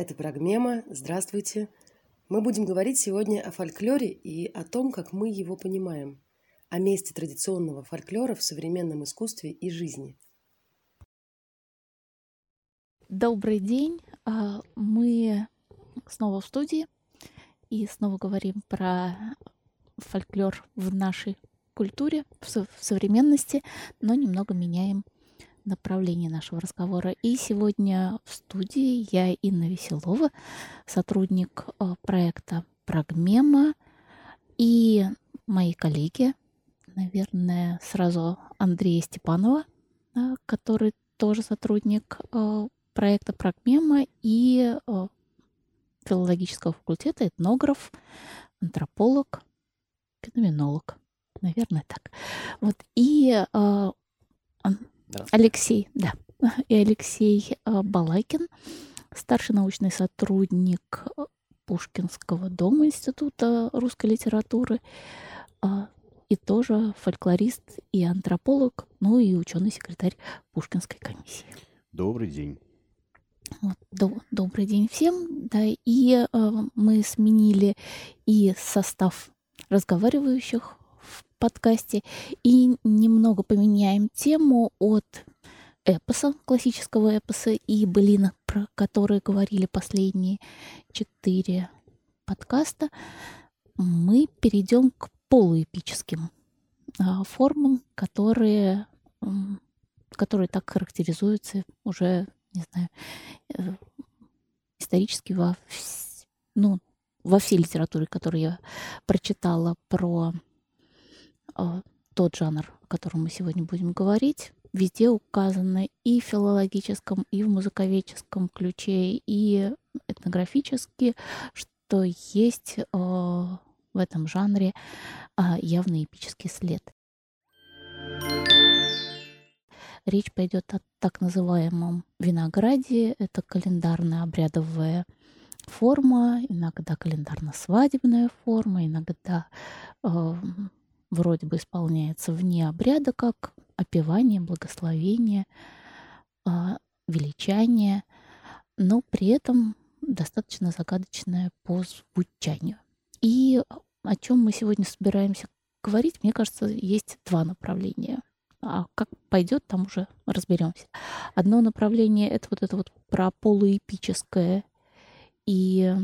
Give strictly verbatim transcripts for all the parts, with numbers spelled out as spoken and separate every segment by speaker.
Speaker 1: Это Прогмема. Здравствуйте. Мы будем говорить сегодня о фольклоре и о том, как мы его понимаем, о месте традиционного фольклора в современном искусстве и жизни.
Speaker 2: Добрый день. А, Мы снова в студии и снова говорим про фольклор в нашей культуре, в со- в современности, но немного меняем направление нашего разговора. И сегодня в студии я, Инна Веселова, сотрудник а, проекта Прогмема, и мои коллеги, наверное, сразу Андрея Степанова, а, который тоже сотрудник а, проекта Прогмема и а, филологического факультета, этнограф, антрополог, феноменолог. Наверное, так. Вот. И а, Ан- Алексей, да, и Алексей а, Балакин, старший научный сотрудник а, Пушкинского дома Института русской литературы, а, и тоже фольклорист и антрополог, ну и ученый-секретарь Пушкинской комиссии.
Speaker 3: Добрый день.
Speaker 2: Вот, до- добрый день всем. Да, и э, мы сменили и состав разговаривающих в подкасте, и немного поменяем тему от эпоса, классического эпоса и былинок, про которые говорили последние четыре подкаста. Мы перейдем к полуэпическим а, формам, которые, м, которые так характеризуются уже, не знаю, э, исторически во, вс- ну, во всей литературе, которую я прочитала про э, тот жанр, о котором мы сегодня будем говорить, везде указано и в филологическом, и в музыковедческом ключе, и этнографически, что есть э, в этом жанре э, явный эпический след. Речь пойдет о так называемом винограде. Это календарная обрядовая форма, иногда календарно-свадебная форма, иногда э, вроде бы исполняется вне обряда, как опевание, благословение, э, величание, но при этом достаточно загадочное по звучанию. И о чем мы сегодня собираемся говорить, мне кажется, есть два направления. А как пойдет, там уже разберемся. Одно направление — это вот это вот про полуэпическое и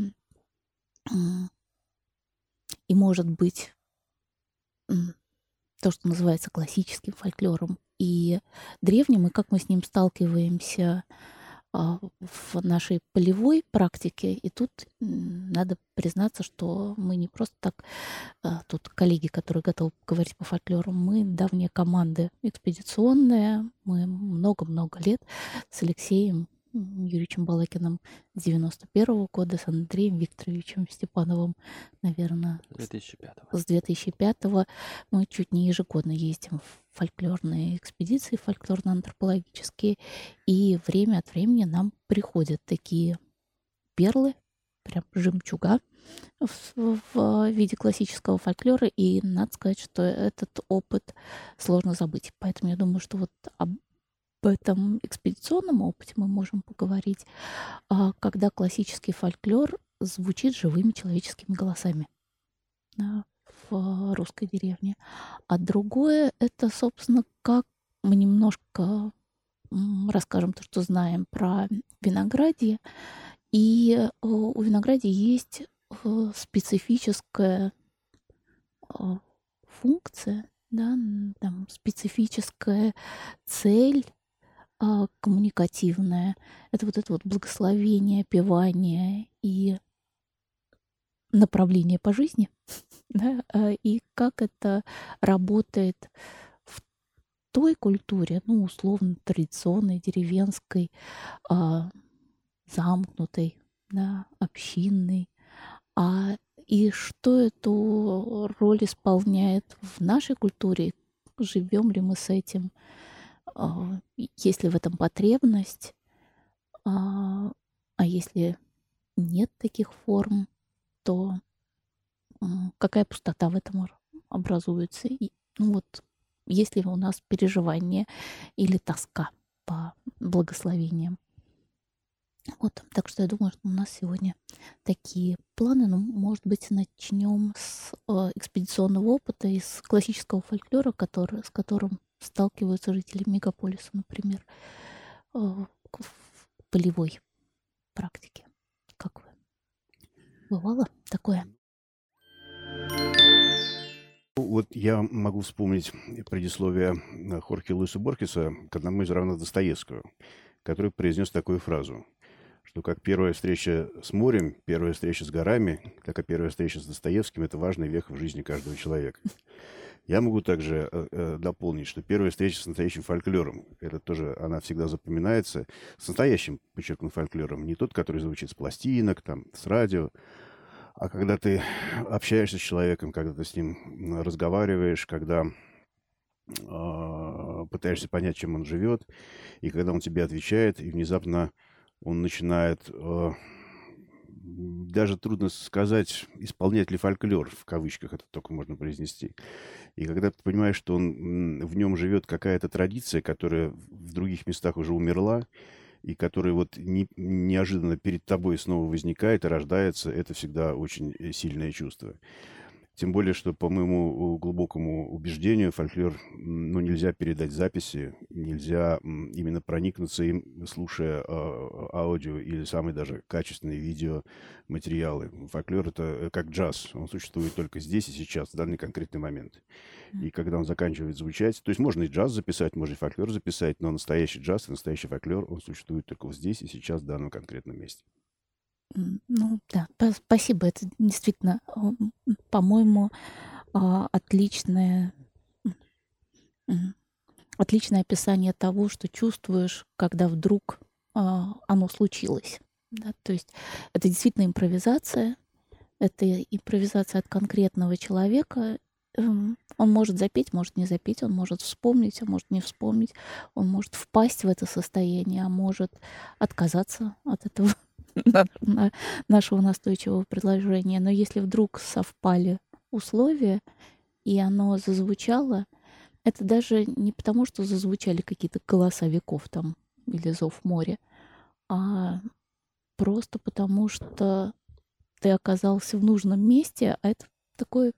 Speaker 2: М, и, может быть, м, то, что называется классическим фольклором и древним, и как мы с ним сталкиваемся а, в нашей полевой практике. И тут м, надо признаться, что мы не просто так, а, тут коллеги, которые готовы говорить по фольклору, мы давняя команда экспедиционная, мы много-много лет с Алексеем м, Юрьевичем Балакиным с девяносто первого года, с Андреем Викторовичем Степановым, наверное,
Speaker 3: две тысячи пятого.
Speaker 2: с две тысячи пятого мы чуть не ежегодно ездим в фольклорные экспедиции, фольклорно-антропологические, и время от времени нам приходят такие перлы, прям жемчуга в, в виде классического фольклора, и надо сказать, что этот опыт сложно забыть. Поэтому я думаю, что вот об этом экспедиционном опыте мы можем поговорить, а, когда классический фольклор звучит живыми человеческими голосами, да, в русской деревне. А другое — это, собственно, как мы немножко м, расскажем то, что знаем про виноградье. И э, у виноградия есть э, специфическая э, функция, да, м, там, специфическая цель а, коммуникативная. Это вот это вот благословение, опевание и направление по жизни, да, а, и как это работает в той культуре, ну, условно, традиционной, деревенской, а, замкнутой, да, общинной, а и что эту роль исполняет в нашей культуре, живем ли мы с этим, а, и есть ли в этом потребность, а, а если нет таких форм, то м, какая пустота в этом ор- образуется. И, ну вот, есть ли у нас переживание или тоска по благословениям? Вот, так что я думаю, что у нас сегодня такие планы. Ну, может быть, начнем с э, экспедиционного опыта из классического фольклора, который, с которым сталкиваются жители мегаполиса, например, э, к- в полевой практике. Как вы? Бывало такое?
Speaker 3: Ну, вот я могу вспомнить предисловие э, Хорхе Луиса Борхеса к одному из романов Достоевского, который произнес такую фразу, что как первая встреча с морем, первая встреча с горами, так и первая встреча с Достоевским — это важный вех в жизни каждого человека. Я могу также э, э, дополнить, что первая встреча с настоящим фольклором, это тоже, она всегда запоминается, с настоящим, подчеркну, фольклором, не тот, который звучит с пластинок, там, с радио, а когда ты общаешься с человеком, когда ты с ним м, разговариваешь, когда а, пытаешься понять, чем он живет, и когда он тебе отвечает, и внезапно он начинает, э, м, даже трудно сказать, исполнять ли фольклор, в кавычках это только можно произнести. И когда ты понимаешь, что он, м, в нем живет какая-то традиция, которая в других местах уже умерла, и которая вот не- неожиданно перед тобой снова возникает и рождается, это всегда очень э, сильное чувство. Тем более, что, по моему э, глубокому убеждению, фольклор, м, ну, нельзя передать записи, нельзя м, именно проникнуться им, слушая а, аудио или самые даже качественные видеоматериалы. Фольклор — это э, как джаз, он существует только здесь и сейчас, в данный конкретный момент. И когда он заканчивает звучать, то есть можно и джаз записать, можно и фольклор записать, но настоящий джаз и настоящий фольклор, он существует только вот здесь и сейчас, в данном конкретном месте.
Speaker 2: М, Ну да, па- спасибо. Это действительно, м, по-моему, а, отличное, м, отличное описание того, что чувствуешь, когда вдруг а, оно случилось. Да? То есть это действительно импровизация, это импровизация от конкретного человека. Эм, Он может запеть, может не запеть, он может вспомнить, а может не вспомнить, он может впасть в это состояние, а может отказаться от этого на- на- нашего настойчивого предложения. Но если вдруг совпали условия, и оно зазвучало, это даже не потому, что зазвучали какие-то голоса веков там или зов моря, а просто потому, что ты оказался в нужном месте, а это такое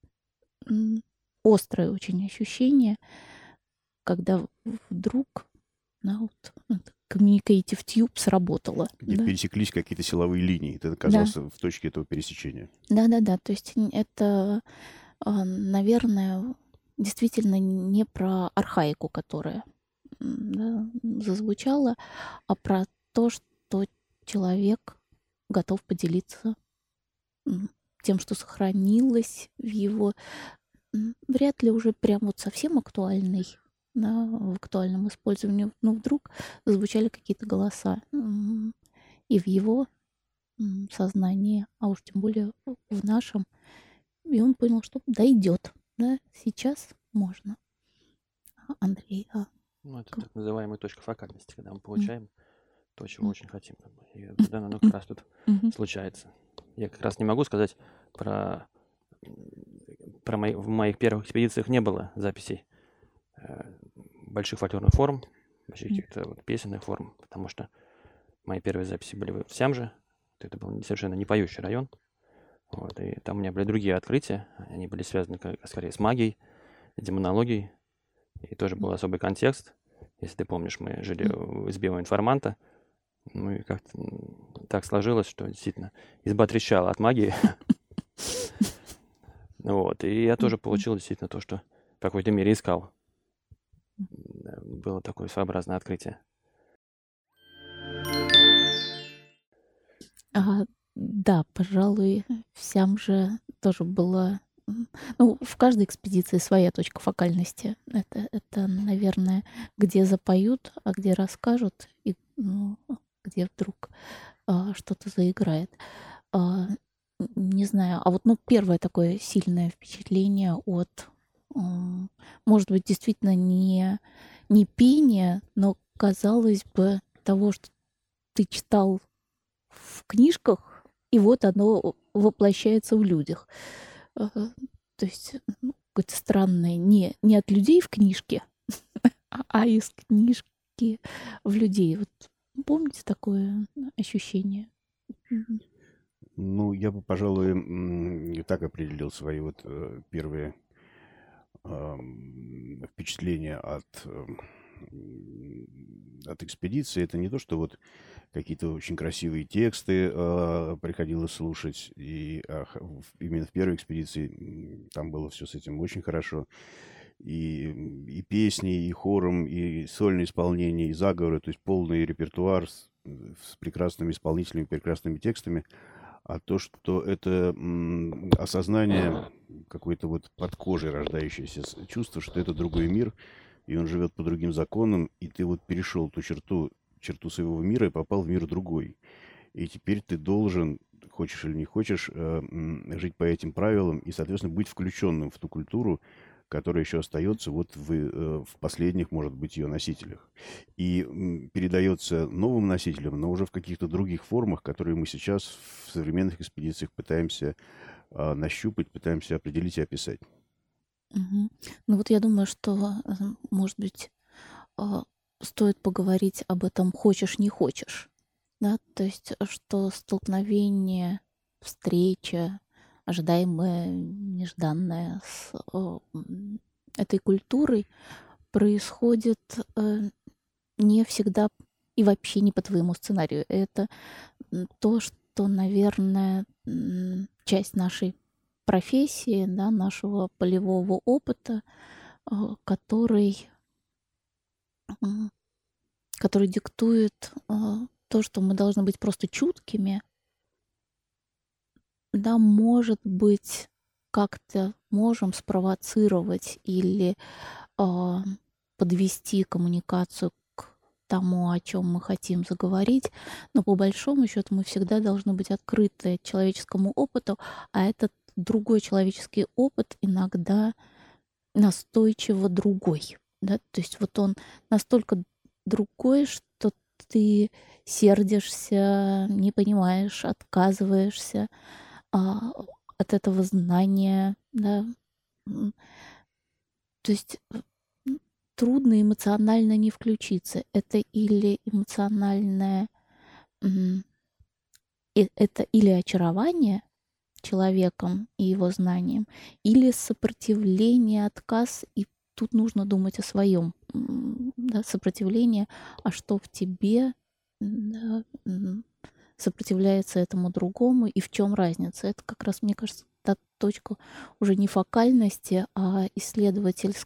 Speaker 2: м, острое очень ощущение, когда вдруг, да, вот, это communicative tube сработала,
Speaker 3: Где
Speaker 2: да,
Speaker 3: пересеклись какие-то силовые линии, ты
Speaker 2: да,
Speaker 3: оказался в точке этого пересечения.
Speaker 2: да-да-да, то есть н- это, а, наверное, действительно не про архаику, которая м, да, зазвучала, а про то, что человек готов поделиться м, тем, что сохранилось в его м, вряд ли уже прям вот совсем актуальный, да, в актуальном использовании, но вдруг зазвучали какие-то голоса м, и в его м, сознании, а уж тем более в в нашем, и он понял, что дойдет, да, сейчас можно. А, Андрей, а
Speaker 4: Ну, это
Speaker 2: как-
Speaker 4: так называемая точка фокальности, когда мы
Speaker 2: м,
Speaker 4: получаем то, чего
Speaker 2: м,
Speaker 4: очень хотим. Как бы. И вот оно как
Speaker 2: м,
Speaker 4: раз тут
Speaker 2: мгм,
Speaker 4: случается. Я как раз не могу сказать про, м, про мои, в моих первых экспедициях не было записей э, больших фольклорных форм, больших
Speaker 2: м,
Speaker 4: каких-то вот песенных форм, потому что мои первые записи были в Сямже. Это был совершенно не поющий район. Вот, и там у меня были другие открытия. Они были связаны как- скорее с магией, демонологией. И тоже был особый контекст. Если ты помнишь, мы жили
Speaker 2: м.
Speaker 4: в избе у информанта. Ну и как-то м, так сложилось, что действительно изба трещала от магии. Вот. И я тоже получил действительно то, что в какой-то мере искал. Да, было такое своеобразное открытие.
Speaker 2: А, да, пожалуй, всем же тоже было... м, Ну, в каждой экспедиции своя точка фокальности. Это, это, наверное, где запоют, а где расскажут, и ну, где вдруг а, что-то заиграет. А, н- не знаю, а вот ну, первое такое сильное впечатление от, м, может быть, действительно не, не пение, но, казалось бы, того, что ты читал в книжках, и вот оно воплощается в людях. Ага. То есть, ну, какое-то странное, не, не от людей в книжке, а, а из книжки в людей. Вот помните такое ощущения. Мгм.
Speaker 3: Ну, я бы, пожалуй, м, так определил свои вот э, первые ам, впечатления от, эм, от экспедиции. Это не то, что вот какие-то очень красивые тексты э, приходилось слушать. И а, х- в- именно в первой экспедиции м, там было все с этим очень хорошо. И, м, и песни, и хором, и сольное исполнение, и заговоры. То есть полный репертуар с, с прекрасными исполнителями, прекрасными текстами. А то, что это м, осознание, какое-то вот под кожей рождающееся с- чувство, что это другой мир, и он живет по другим законам, и ты вот перешел ту черту, черту своего мира и попал в мир другой. И теперь ты должен, хочешь или не хочешь, э, м, жить по этим правилам и, соответственно, быть включенным в ту культуру, которая еще остается вот в, э, в последних, может быть, ее носителях. И м, передается новым носителям, но уже в каких-то других формах, которые мы сейчас в современных экспедициях пытаемся а, нащупать, пытаемся определить и описать.
Speaker 2: Мгм. Ну вот я думаю, что, э, может быть, а, стоит поговорить об этом хочешь, не хочешь. Да? То есть, э, что столкновение, встреча, ожидаемая, нежданная с э, м, этой культурой происходит э, не всегда и вообще не по твоему сценарию. Это м, то, что, наверное, м, часть нашей профессии, да, нашего полевого опыта, а, который, м, который диктует а, то, что мы должны быть просто чуткими, да, может быть, как-то можем спровоцировать или а, подвести коммуникацию к тому, о чем мы хотим заговорить, но по большому счету мы всегда должны быть открыты человеческому опыту, а этот другой человеческий опыт иногда настойчиво другой, да, то есть вот он настолько другой, что ты сердишься, не понимаешь, отказываешься а, от этого знания, да. М, То есть э, м, трудно эмоционально не включиться. Это или эмоциональное, м, э- это или очарование человеком и его знанием, или сопротивление, отказ, и тут нужно думать о своем, да, сопротивление, а что в тебе, м, да, м, сопротивляется этому другому, и в чем разница. Это как раз, мне кажется, та точка уже не фокальности, а исследовательской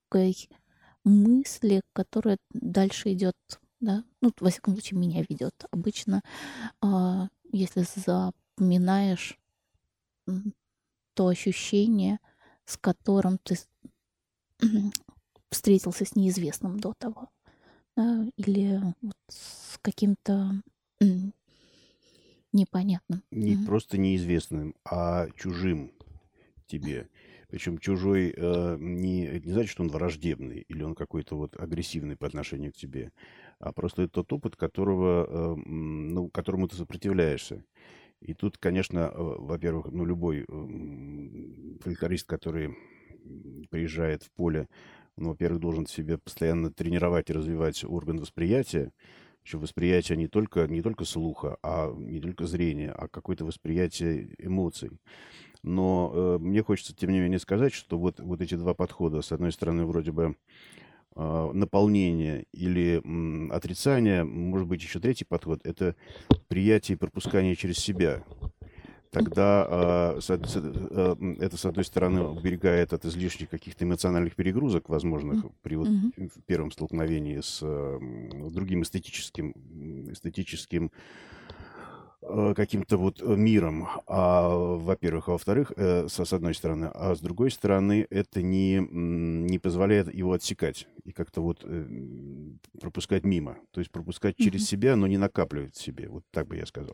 Speaker 2: мысли, которая дальше идет, да, ну, во всяком случае, меня ведет. Обычно, а, если запоминаешь м, то ощущение, с которым ты с- встретился с неизвестным до того, да, или вот с каким-то м, непонятным.
Speaker 3: Не
Speaker 2: Мгм.
Speaker 3: просто неизвестным, а чужим тебе. Причем чужой э, не, это не значит, что он враждебный или он какой-то вот агрессивный по отношению к тебе, а просто это тот опыт, которого, э, м, ну, которому ты сопротивляешься. И тут, конечно, э, во-первых, ну, любой м, фольклорист, который м, приезжает в поле, он, во-первых, должен в себе постоянно тренировать и развивать орган восприятия. Причем восприятие не только, не только слуха, а не только зрения, а какое-то восприятие эмоций. Но э, мне хочется, тем не менее, сказать, что вот, вот эти два подхода, с одной стороны, вроде бы а, наполнение или м, отрицание, может быть, еще третий подход, это приятие и пропускание через себя. Тогда а, с од- с- а, м, это, с одной стороны, уберегает от излишних каких-то эмоциональных перегрузок, возможных
Speaker 2: М,
Speaker 3: при вот
Speaker 2: мгм,
Speaker 3: в первом столкновении с а, м, другим эстетическим, м, эстетическим э, каким-то вот э, миром, а, во-первых, а во-вторых, э, со- с одной стороны, а с другой стороны, это не, м, не позволяет его отсекать и как-то вот э, м, пропускать мимо. То есть пропускать через
Speaker 2: мгм.
Speaker 3: себя, но не накапливать в себе. Вот так бы я сказал.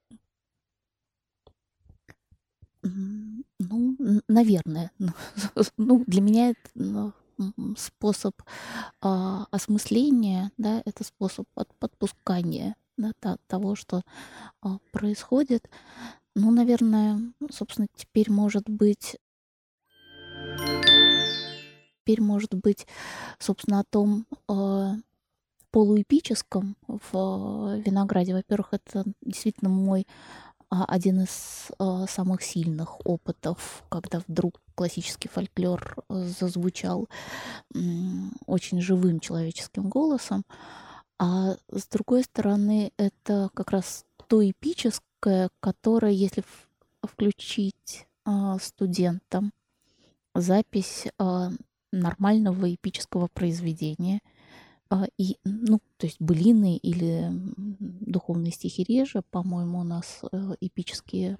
Speaker 2: М, Ну, н- наверное. Ну, ну, для меня это ну, м, способ а, осмысления, да, это способ от- подпускания, да, та- того, что а, происходит. Ну, наверное, ну, собственно, теперь может быть, теперь может быть, собственно, о том, а, полуэпическом в «Винограде». Во-первых, это действительно мой а, один из а, самых сильных опытов, когда вдруг классический фольклор э, зазвучал м, очень живым человеческим голосом. А с другой стороны, это как раз то эпическое, которое, если в- включить а, студентам запись а, нормального эпического произведения, а, и, ну, то есть былины или м, духовные стихи реже, по-моему, у нас э, эпические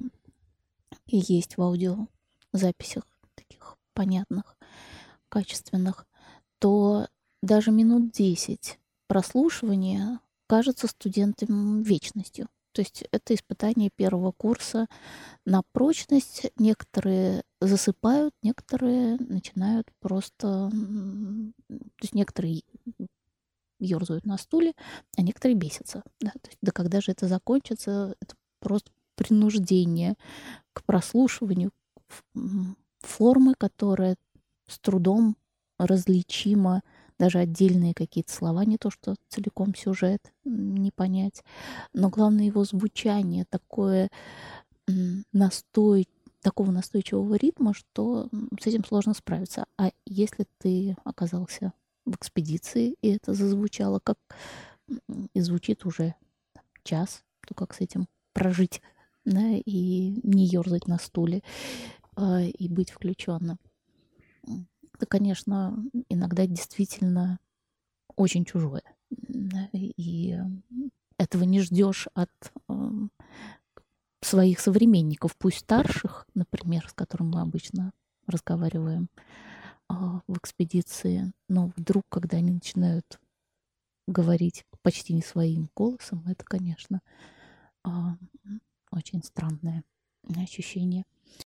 Speaker 2: и есть в аудиозаписях таких понятных, качественных, то даже минут десять прослушивания кажется студентам вечностью. То есть это испытание первого курса на прочность. Некоторые засыпают, некоторые начинают просто... м, То есть некоторые ерзают на стуле, а некоторые бесятся. Да? То есть, да когда же это закончится? Это просто принуждение к прослушиванию ф- м, формы, которая с трудом различима, даже отдельные какие-то слова, не то что целиком сюжет м, не понять. Но главное его звучание такое м, настой, такого настойчивого ритма, что м, с этим сложно справиться. А если ты оказался в экспедиции, и это зазвучало, как м, и звучит уже там, час, то как с этим прожить, да, и не ерзать на стуле, а, и быть включенным. М, Это, конечно, иногда действительно очень чужое. Да, и м, этого не ждешь от м, своих современников, пусть старших, например, с которым мы обычно разговариваем а, в экспедиции, но вдруг, когда они начинают говорить почти не своим голосом, это, конечно, а, м, очень странное ощущение.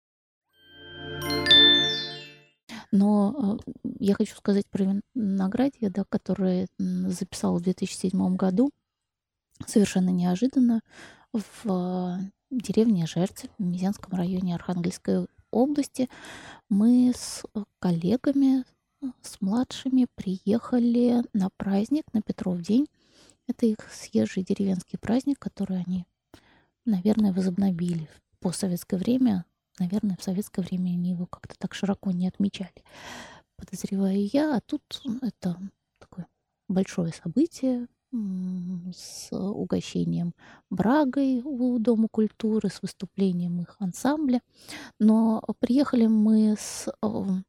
Speaker 2: Но а, я хочу сказать про Виноградье, да, которое м, записала в две тысячи седьмом году совершенно неожиданно в а, деревне Жерть в Мизянском районе Архангельской области. Мы с э, коллегами, э, с младшими приехали на праздник, на Петров день. Это их съезжий деревенский праздник, который они, наверное, возобновили в постсоветское время. Наверное, в советское время они его как-то так широко не отмечали, подозреваю я. А тут это такое большое событие м, с угощением брагой у Дома культуры, с выступлением их ансамбля. Но приехали мы с э,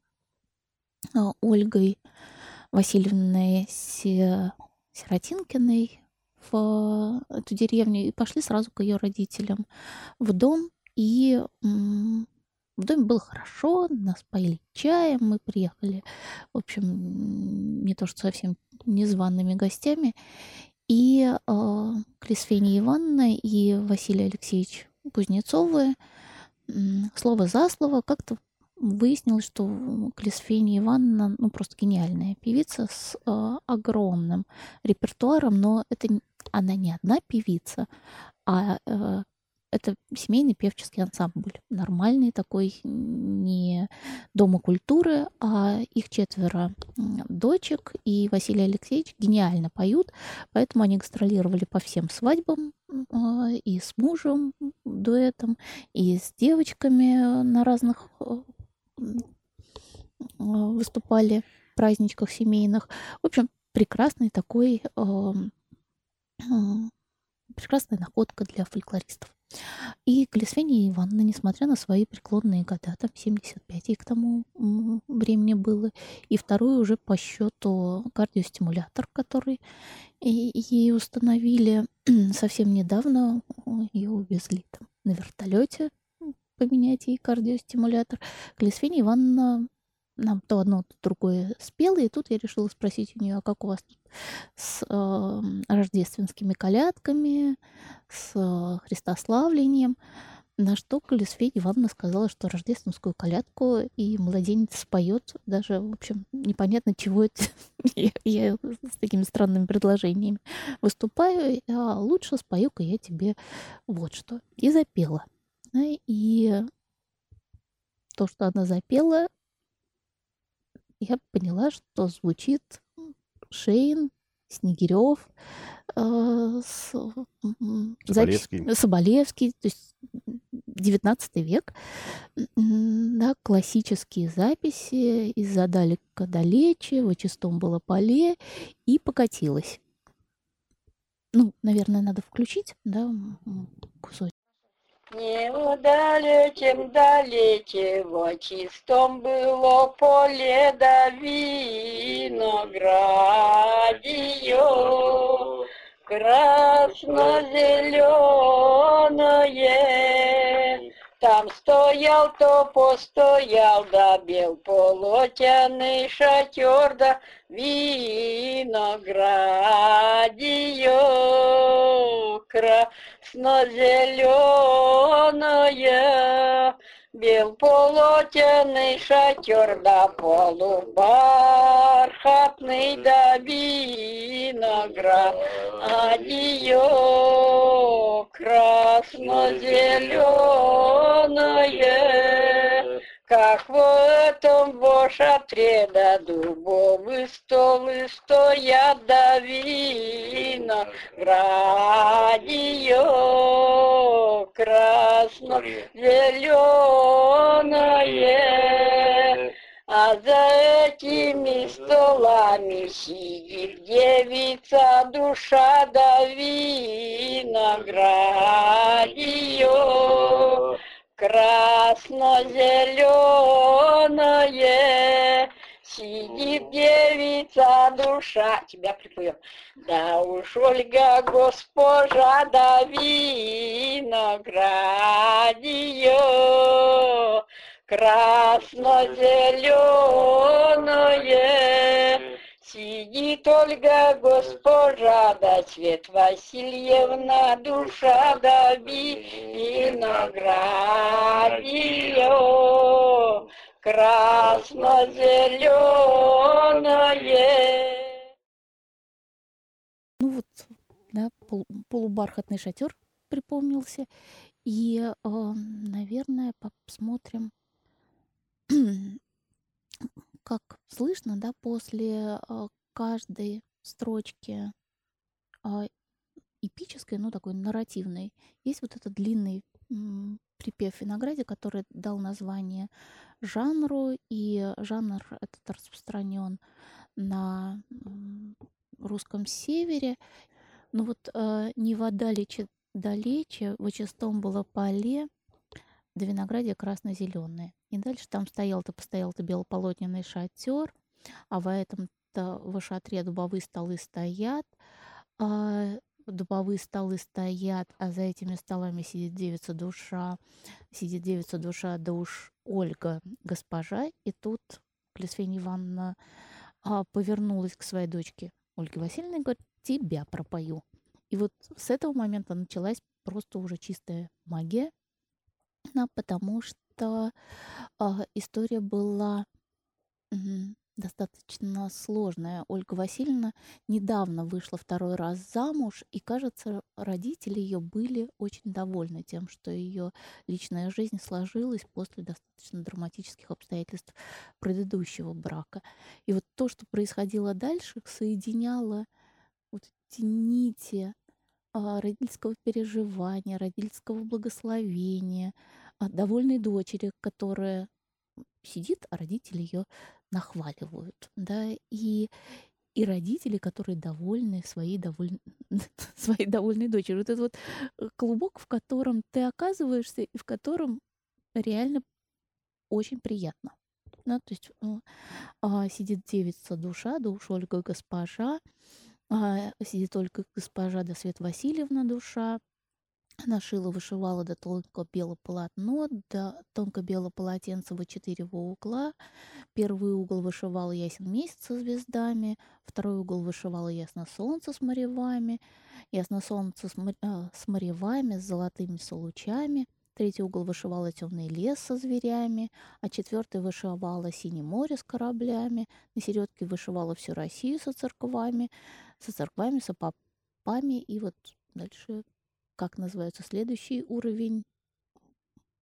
Speaker 2: э, Ольгой Васильевной Се- Сиротинкиной в эту деревню и пошли сразу к ее родителям в дом. И м, в доме было хорошо, нас поили чаем, мы приехали, в общем, м, не то что совсем незваными гостями. И э, Клисфения Ивановна и Василий Алексеевич Кузнецовы м, слово за слово как-то выяснилось, что Клисфения Ивановна, ну, просто гениальная певица с э, огромным репертуаром, но это н- она не одна певица, а э, это семейный певческий ансамбль. Нормальный такой, не Дома культуры, а их четверо м, дочек, и Василий Алексеевич гениально поют, поэтому они гастролировали по всем свадьбам м, а, и с мужем дуэтом, и с девочками на разных э, м, а, выступали праздничках семейных. В общем, прекрасный такой ам, ам, прекрасная находка для фольклористов. И Глисвения Ивановна, несмотря на свои преклонные года, там семьдесят пять ей к тому м, времени было, и второй уже по счету кардиостимулятор, который и- ей установили совсем недавно, ее увезли там на вертолете поменять ей кардиостимулятор. Глисвения Ивановна нам то одно, то другое спела, и тут я решила спросить у нее, а как у вас тут с э, рождественскими колядками, с э, Христославлением, на что Глисфея Ивановна сказала, что рождественскую колядку и младенец споет, даже, в общем, непонятно, чего это я, я с такими странными предложениями выступаю, а лучше спою-ка я тебе вот что. И запела. Да, и то, что она запела, я поняла, что звучит Шейн Снегирев, э, с, м, запись
Speaker 3: Соболевский.
Speaker 2: Соболевский, то есть девятнадцатый век, м, да, классические записи «Из-за далека далече», «Во чистом было поле» и «Покатилась». Ну, наверное, надо включить, да, м, м, кусочек.
Speaker 5: Не удалечем далече, во чистом было поле да виноградиё, красно-зеленое. Там стоял, то постоял, да бел полотяный шатер, да виноградиё, красно-зеленое. Бел полотяный шатер, да полубархатный, да виноградиё, красно-зеленое. Как в этом во шатре, да дубовый стол и стоят, да виноградиё, красно-зеленое. А за этими столами сидит девица душа, да виноградиё, красно-зеленое. Сидит девица душа, тебя припоем. Да уж Ольга госпожа, да виноградиё, красно-зеленое. Сидит Ольга госпожа, да Свет Васильевна душа, да виноградиё, красно-зеленое.
Speaker 2: Ну вот, да, пол- полубархатный шатер припомнился. И, э, наверное, посмотрим, как слышно, да, после э, каждой строчки а, эпической, ну, такой нарративной, есть вот этот длинный м, припев в винограде, который дал название жанру, и жанр этот распространен на м, русском севере. Ну вот э, «Не вода лечит далече, во чистом было поле, да винограде красно-зеленое». И дальше там стоял-то, постоял-то белополотняный шатер, а в этом-то в шатре дубовые столы стоят, а дубовые столы стоят, а за этими столами сидит девица душа, сидит девица душа, да уж Ольга госпожа. И тут Клисфения Ивановна а, повернулась к своей дочке Ольге Васильевне и говорит: тебя пропою. И вот с этого момента началась просто уже чистая магия, да, потому что а, история была Мгм. достаточно сложная. Ольга Васильевна недавно вышла второй раз замуж, и, кажется, родители ее были очень довольны тем, что ее личная жизнь сложилась после достаточно драматических обстоятельств предыдущего брака. И вот то, что происходило дальше, соединяло вот эти нити а, родительского переживания, родительского благословения, а, довольной дочери, которая сидит, а родители ее нахваливают, да, и, и родители, которые довольны своей, доволь... своей довольной дочерью. Вот этот вот э, клубок, в котором ты оказываешься и в котором реально очень приятно. Да, то есть э, а, сидит девица душа, да уж Ольга госпожа, а, сидит Ольга госпожа, да Свет Васильевна душа. Она шила, вышивала, да тонко белое полотно, да тонко белое полотенце во четыре во угла. Первый угол вышивала ясен месяц со звездами, второй угол вышивала ясно солнце с моревами, ясно солнце с, мор- а, с моревами, с золотыми солучами. Третий угол вышивала темный лес со зверями, а четвертый вышивала синее море с кораблями. На середке вышивала всю Россию со церквами, со церквами, со попами. И вот дальше, как называется следующий уровень,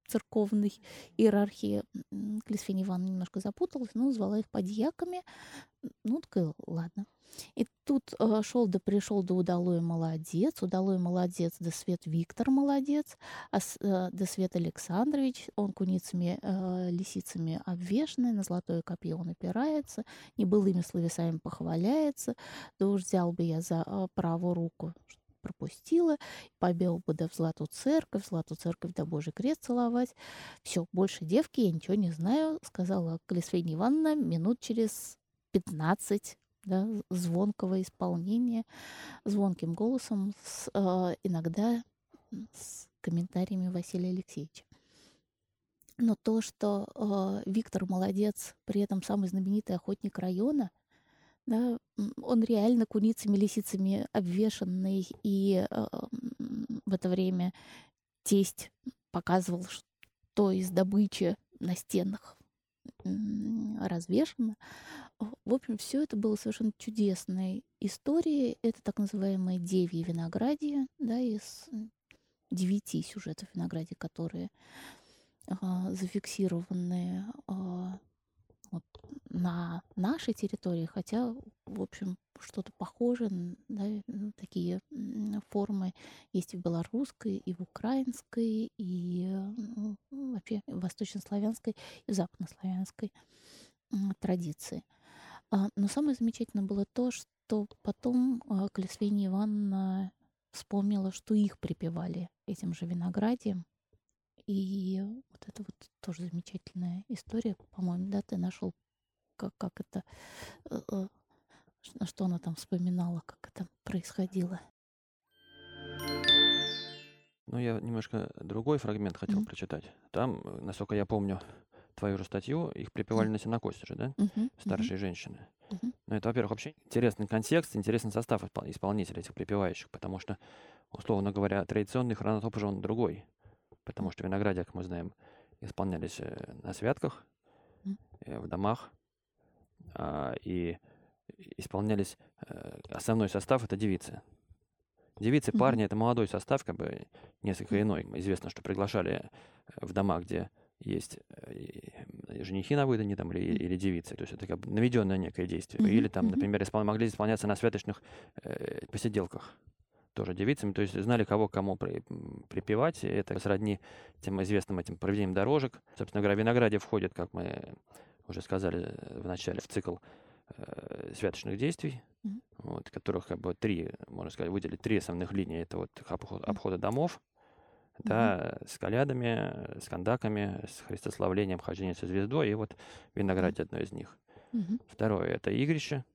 Speaker 2: церковной иерархии. М, Клисфения Ивановна немножко запуталась, но звала их подьяками. Ну, так и ладно. И тут э, шел да пришел да удалой молодец, удалой молодец, да Свет Виктор молодец, а с- э, да Свет Александрович, он куницами, э, лисицами обвешанный, на золотое копье он опирается, небылыми словесами похваляется, да уж взял бы я за э, правую руку, ш- пропустила, побел бы да в золотую церковь, в золотую церковь да Божий крест целовать. Все, больше девки я ничего не знаю, сказала Клисфения Ивановна минут через пятнадцать, да, звонкого исполнения, звонким голосом, с, э, иногда м, с комментариями Василия Алексеевича. Но то, что э, Виктор молодец, при этом самый знаменитый охотник района, да, м, он реально куницами, лисицами обвешанный, и э, м, в это время тесть показывал, что из добычи на стенах м, развешено. В общем, все это было совершенно чудесной историей. Это так называемое «Девье виноградие», да, из м, девяти сюжетов виноградия, которые а, зафиксированы а, вот, на нашей территории, хотя, в общем, что-то похожее, н- да, м, такие м, формы есть и в белорусской, и в украинской, и э, ну, вообще в восточнославянской, и в западнославянской м, традиции. А, но самое замечательное было то, что потом а, Клисфения Ивановна вспомнила, что их припевали этим же виноградием. И вот это вот тоже замечательная история, по-моему, да, ты нашел, как, как это, э, э, ш- что она там вспоминала, как это происходило.
Speaker 4: Ну, я немножко другой фрагмент хотел
Speaker 2: Мгм.
Speaker 4: прочитать. Там, э, насколько я помню, твою же статью, их припевали на сенокосе же, да?
Speaker 2: Мгм, мгм,
Speaker 4: Старшие женщины.
Speaker 2: мгм,
Speaker 4: Ну, это, во-первых, вообще интересный контекст, интересный состав испол- исполнителей этих припевающих, потому что, условно говоря, традиционный хронотоп же он другой. Потому что виноградия, как мы знаем, исполнялись э, на святках,
Speaker 2: мгм,
Speaker 4: э, в домах, а, и исполнялись, э, основной состав — это девицы. Девицы,
Speaker 2: мгм,
Speaker 4: парни — это молодой состав, как бы несколько иной. Известно, что приглашали э, в дома, где есть э, и женихи на выдане там, или, или девицы. То есть это как бы наведенное некое действие.
Speaker 2: мгм,
Speaker 4: Или там,
Speaker 2: мгм,
Speaker 4: например, испол- могли исполняться на святочных э, посиделках тоже девицами, то есть знали, кого кому при- м, припевать, и это сродни тем известным этим проведением дорожек. Собственно говоря, виноградие входит, как мы уже сказали э, в начале, в цикл э, святочных действий,
Speaker 2: мгм,
Speaker 4: вот, которых как бы три, можно сказать, выделить три основных линии. Это вот обход, обхода домов,
Speaker 2: мгм,
Speaker 4: да, с колядами, с кондаками, с христославлением, хождение со звездой, и вот
Speaker 2: мгм,
Speaker 4: виноградие одно из них.
Speaker 2: мгм,
Speaker 4: Второе — это игрище.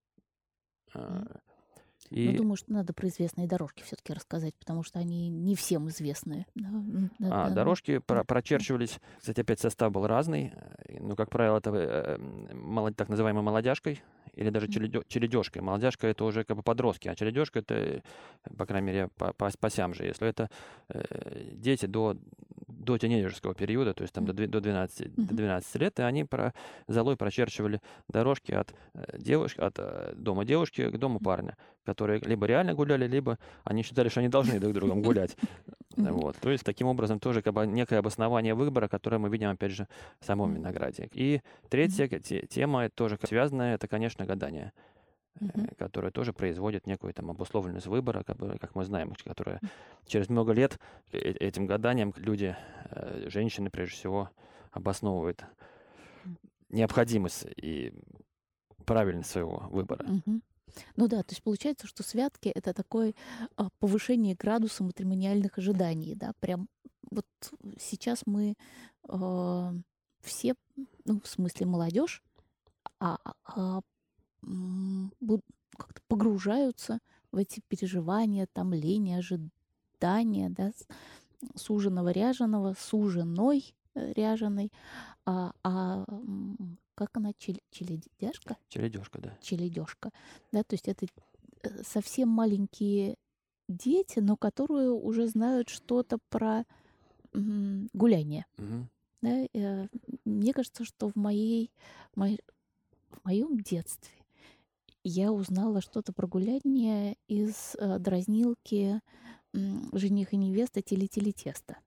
Speaker 2: мгм.
Speaker 4: а,
Speaker 2: Но
Speaker 4: И
Speaker 2: думаю, что надо про известные дорожки все-таки рассказать, потому что они не всем известны. Да, м, да,
Speaker 4: А,
Speaker 2: да, ну,
Speaker 4: дорожки
Speaker 2: да,
Speaker 4: про- прочерчивались. Кстати, опять состав был разный. э, Ну, как правило, это э, м, молод- так называемой молодяжкой или даже
Speaker 2: м,
Speaker 4: чередежкой. Молодяжка — это уже как бы подростки, а чередежка — это, э, по крайней мере, по, по, по сям же. Если это э, дети до, до тинейджерского периода, то есть там
Speaker 2: м,
Speaker 4: до, две- до двенадцати, до
Speaker 2: мгм,
Speaker 4: двенадцати лет, и они про, золой прочерчивали дорожки от, э, девушки, от э, дома девушки к дому парня, которые либо реально гуляли, либо они считали, что они должны друг с другом гулять.
Speaker 2: мгм,
Speaker 4: Вот. То есть, таким образом, тоже как бы некое обоснование выбора, которое мы видим, опять же, в самом
Speaker 2: мгм,
Speaker 4: винограде. И
Speaker 2: мгм,
Speaker 4: третья к- те- тема, тоже как связанная, это, конечно, гадание,
Speaker 2: мгм,
Speaker 4: э, которое тоже производит некую там обусловленность выбора, как, бы, как мы знаем, которая через много лет э- этим гаданием люди, э, женщины, прежде всего, обосновывают
Speaker 2: м,
Speaker 4: необходимость и правильность своего выбора.
Speaker 2: мгм. Ну да, то есть получается, что святки — это такое а, повышение градуса матримониальных ожиданий, да, прям вот сейчас мы а, все, ну, в смысле молодежь, а, а, а, м, буд- как-то погружаются в эти переживания, томления, ожидания, да, с- суженого ряженого, суженой э, ряженой, а, а м, как она, чел- челедяжка?
Speaker 4: Чередежка, да.
Speaker 2: Челедежка, да, то есть это э, совсем маленькие дети, но которые уже знают что-то про м, гуляние.
Speaker 4: Мгм.
Speaker 2: Да. Э, мне кажется, что в моей, моей в моем детстве я узнала что-то про гуляние из э, дразнилки м, «Жених и невеста тили-тили тесто».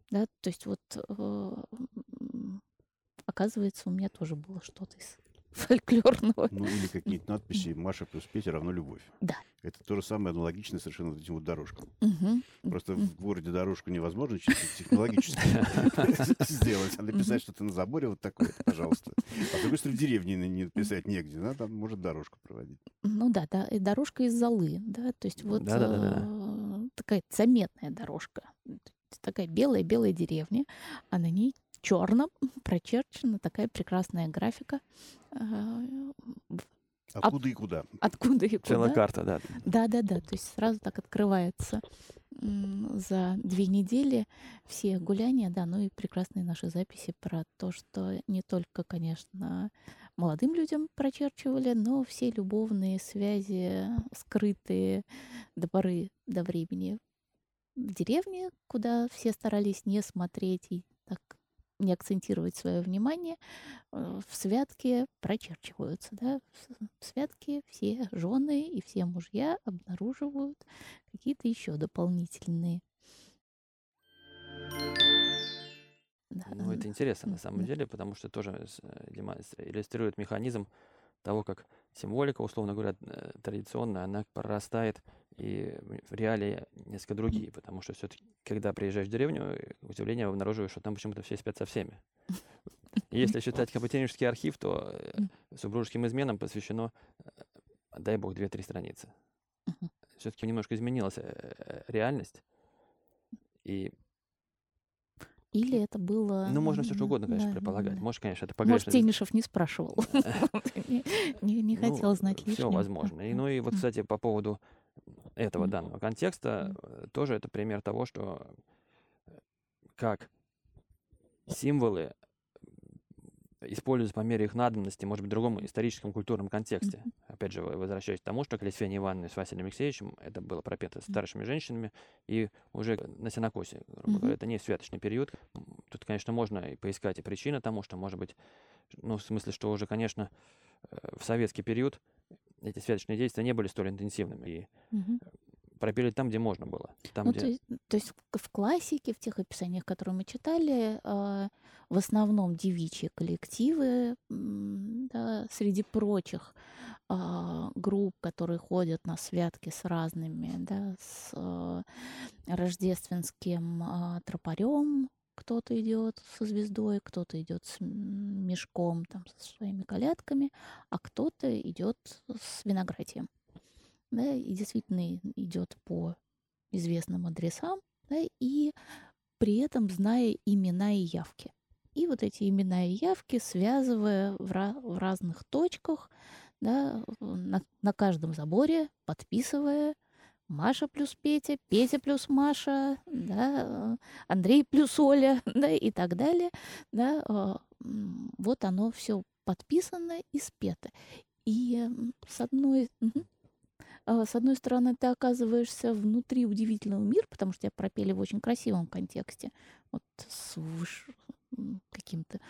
Speaker 2: Да, то есть вот э, м, оказывается, у меня тоже было что-то из фольклорного.
Speaker 3: Ну, или какие-нибудь надписи «Маша плюс Петя равно любовь».
Speaker 2: Да.
Speaker 3: Это то же самое аналогичное совершенно вот этим вот дорожкам.
Speaker 2: Мгм.
Speaker 3: Просто
Speaker 2: М.
Speaker 3: в городе дорожку невозможно чисто технологически сделать, а написать что-то на заборе вот такое, пожалуйста. А с другой стороны, в деревне не не написать негде, да, там может дорожку проводить.
Speaker 2: Ну да, да, и дорожка из золы, да, то есть вот
Speaker 4: Да-да-да-да-да.
Speaker 2: э, такая заметная дорожка, м, т- такая белая-белая деревня, а на ней черным прочерчена такая прекрасная графика. а, в- об-
Speaker 3: Откуда и куда.
Speaker 2: Откуда и
Speaker 4: Целая
Speaker 2: куда?
Speaker 4: карта, да.
Speaker 2: Да-да-да, то есть сразу так открывается м, за две недели все гуляния, да, ну и прекрасные наши записи про то, что не только, конечно, молодым людям прочерчивали, но все любовные связи, скрытые до поры до времени в деревне, куда все старались не смотреть и так не акцентировать свое внимание, э, в святке прочерчиваются, да. В в святке все жены и все мужья обнаруживают какие-то еще дополнительные. Да,
Speaker 4: Ну,
Speaker 2: н-
Speaker 4: это интересно на
Speaker 2: м,
Speaker 4: самом
Speaker 2: да.
Speaker 4: деле, потому что тоже с- э, демонстр- иллюстрирует механизм того, как символика, условно говоря, э, традиционная, она прорастает, и в реалии несколько другие, потому что все-таки, когда приезжаешь в деревню, э, удивление обнаруживаешь, что там почему-то все спят со всеми. И если считать Капотенежский архив, то э,
Speaker 2: М,
Speaker 4: супружеским изменам посвящено, э, дай бог, две-три страницы.
Speaker 2: мгм.
Speaker 4: Все-таки немножко изменилась э, э, реальность, и,
Speaker 2: Или это было,
Speaker 4: ну, можно все что
Speaker 2: м,
Speaker 4: угодно, конечно,
Speaker 2: да,
Speaker 4: предполагать.
Speaker 2: да.
Speaker 4: Может, конечно, это
Speaker 2: Может,
Speaker 4: погрешность.
Speaker 2: Тенишев не спрашивал, Вот, не, не- не
Speaker 4: Ну,
Speaker 2: хотел знать
Speaker 4: все
Speaker 2: лишнего.
Speaker 4: возможно. И,
Speaker 2: М,
Speaker 4: ну и вот,
Speaker 2: м,
Speaker 4: кстати, по поводу этого
Speaker 2: м,
Speaker 4: данного контекста,
Speaker 2: м,
Speaker 4: э, тоже это пример того, что э, как символы используются по мере их надобности, может быть, в другом историческом культурном контексте.
Speaker 2: мгм,
Speaker 4: Опять же, возвращаясь к тому, что к Лисфене Ивановне с Василием Алексеевичем это было пропето
Speaker 2: м,
Speaker 4: старшими женщинами, и уже на Сенокосе, грубо говоря,
Speaker 2: мгм.
Speaker 4: это не святочный период. М, Тут, конечно, можно и поискать и причины тому, что, может быть, ну, в смысле, что уже, конечно, э, в советский период эти святочные действия не были столь интенсивными. И
Speaker 2: Мгм.
Speaker 4: пропили там, где можно было. Там,
Speaker 2: Ну, то
Speaker 4: где...
Speaker 2: есть, то есть в в классике, в тех описаниях, которые мы читали, а, в основном девичьи коллективы, м, да, среди прочих а, групп, которые ходят на святки с разными, да, с а, рождественским а, тропарем, кто-то идет со звездой, кто-то идет с м, мешком, там, со своими колядками, а кто-то идет с виноградием, да, и действительно идет по известным адресам, да, и при этом зная имена и явки. И вот эти имена и явки, связывая в, ра- в разных точках, да, на, на каждом заборе, подписывая Маша плюс Петя, Петя плюс Маша, да, э, Андрей плюс Оля, да, и так далее, да, э, м, вот оно все подписано и спето. И м, с одной, мгм, а, с одной стороны, ты оказываешься внутри удивительного мира, потому что тебя пропели в очень красивом контексте, вот с выш- м, каким-то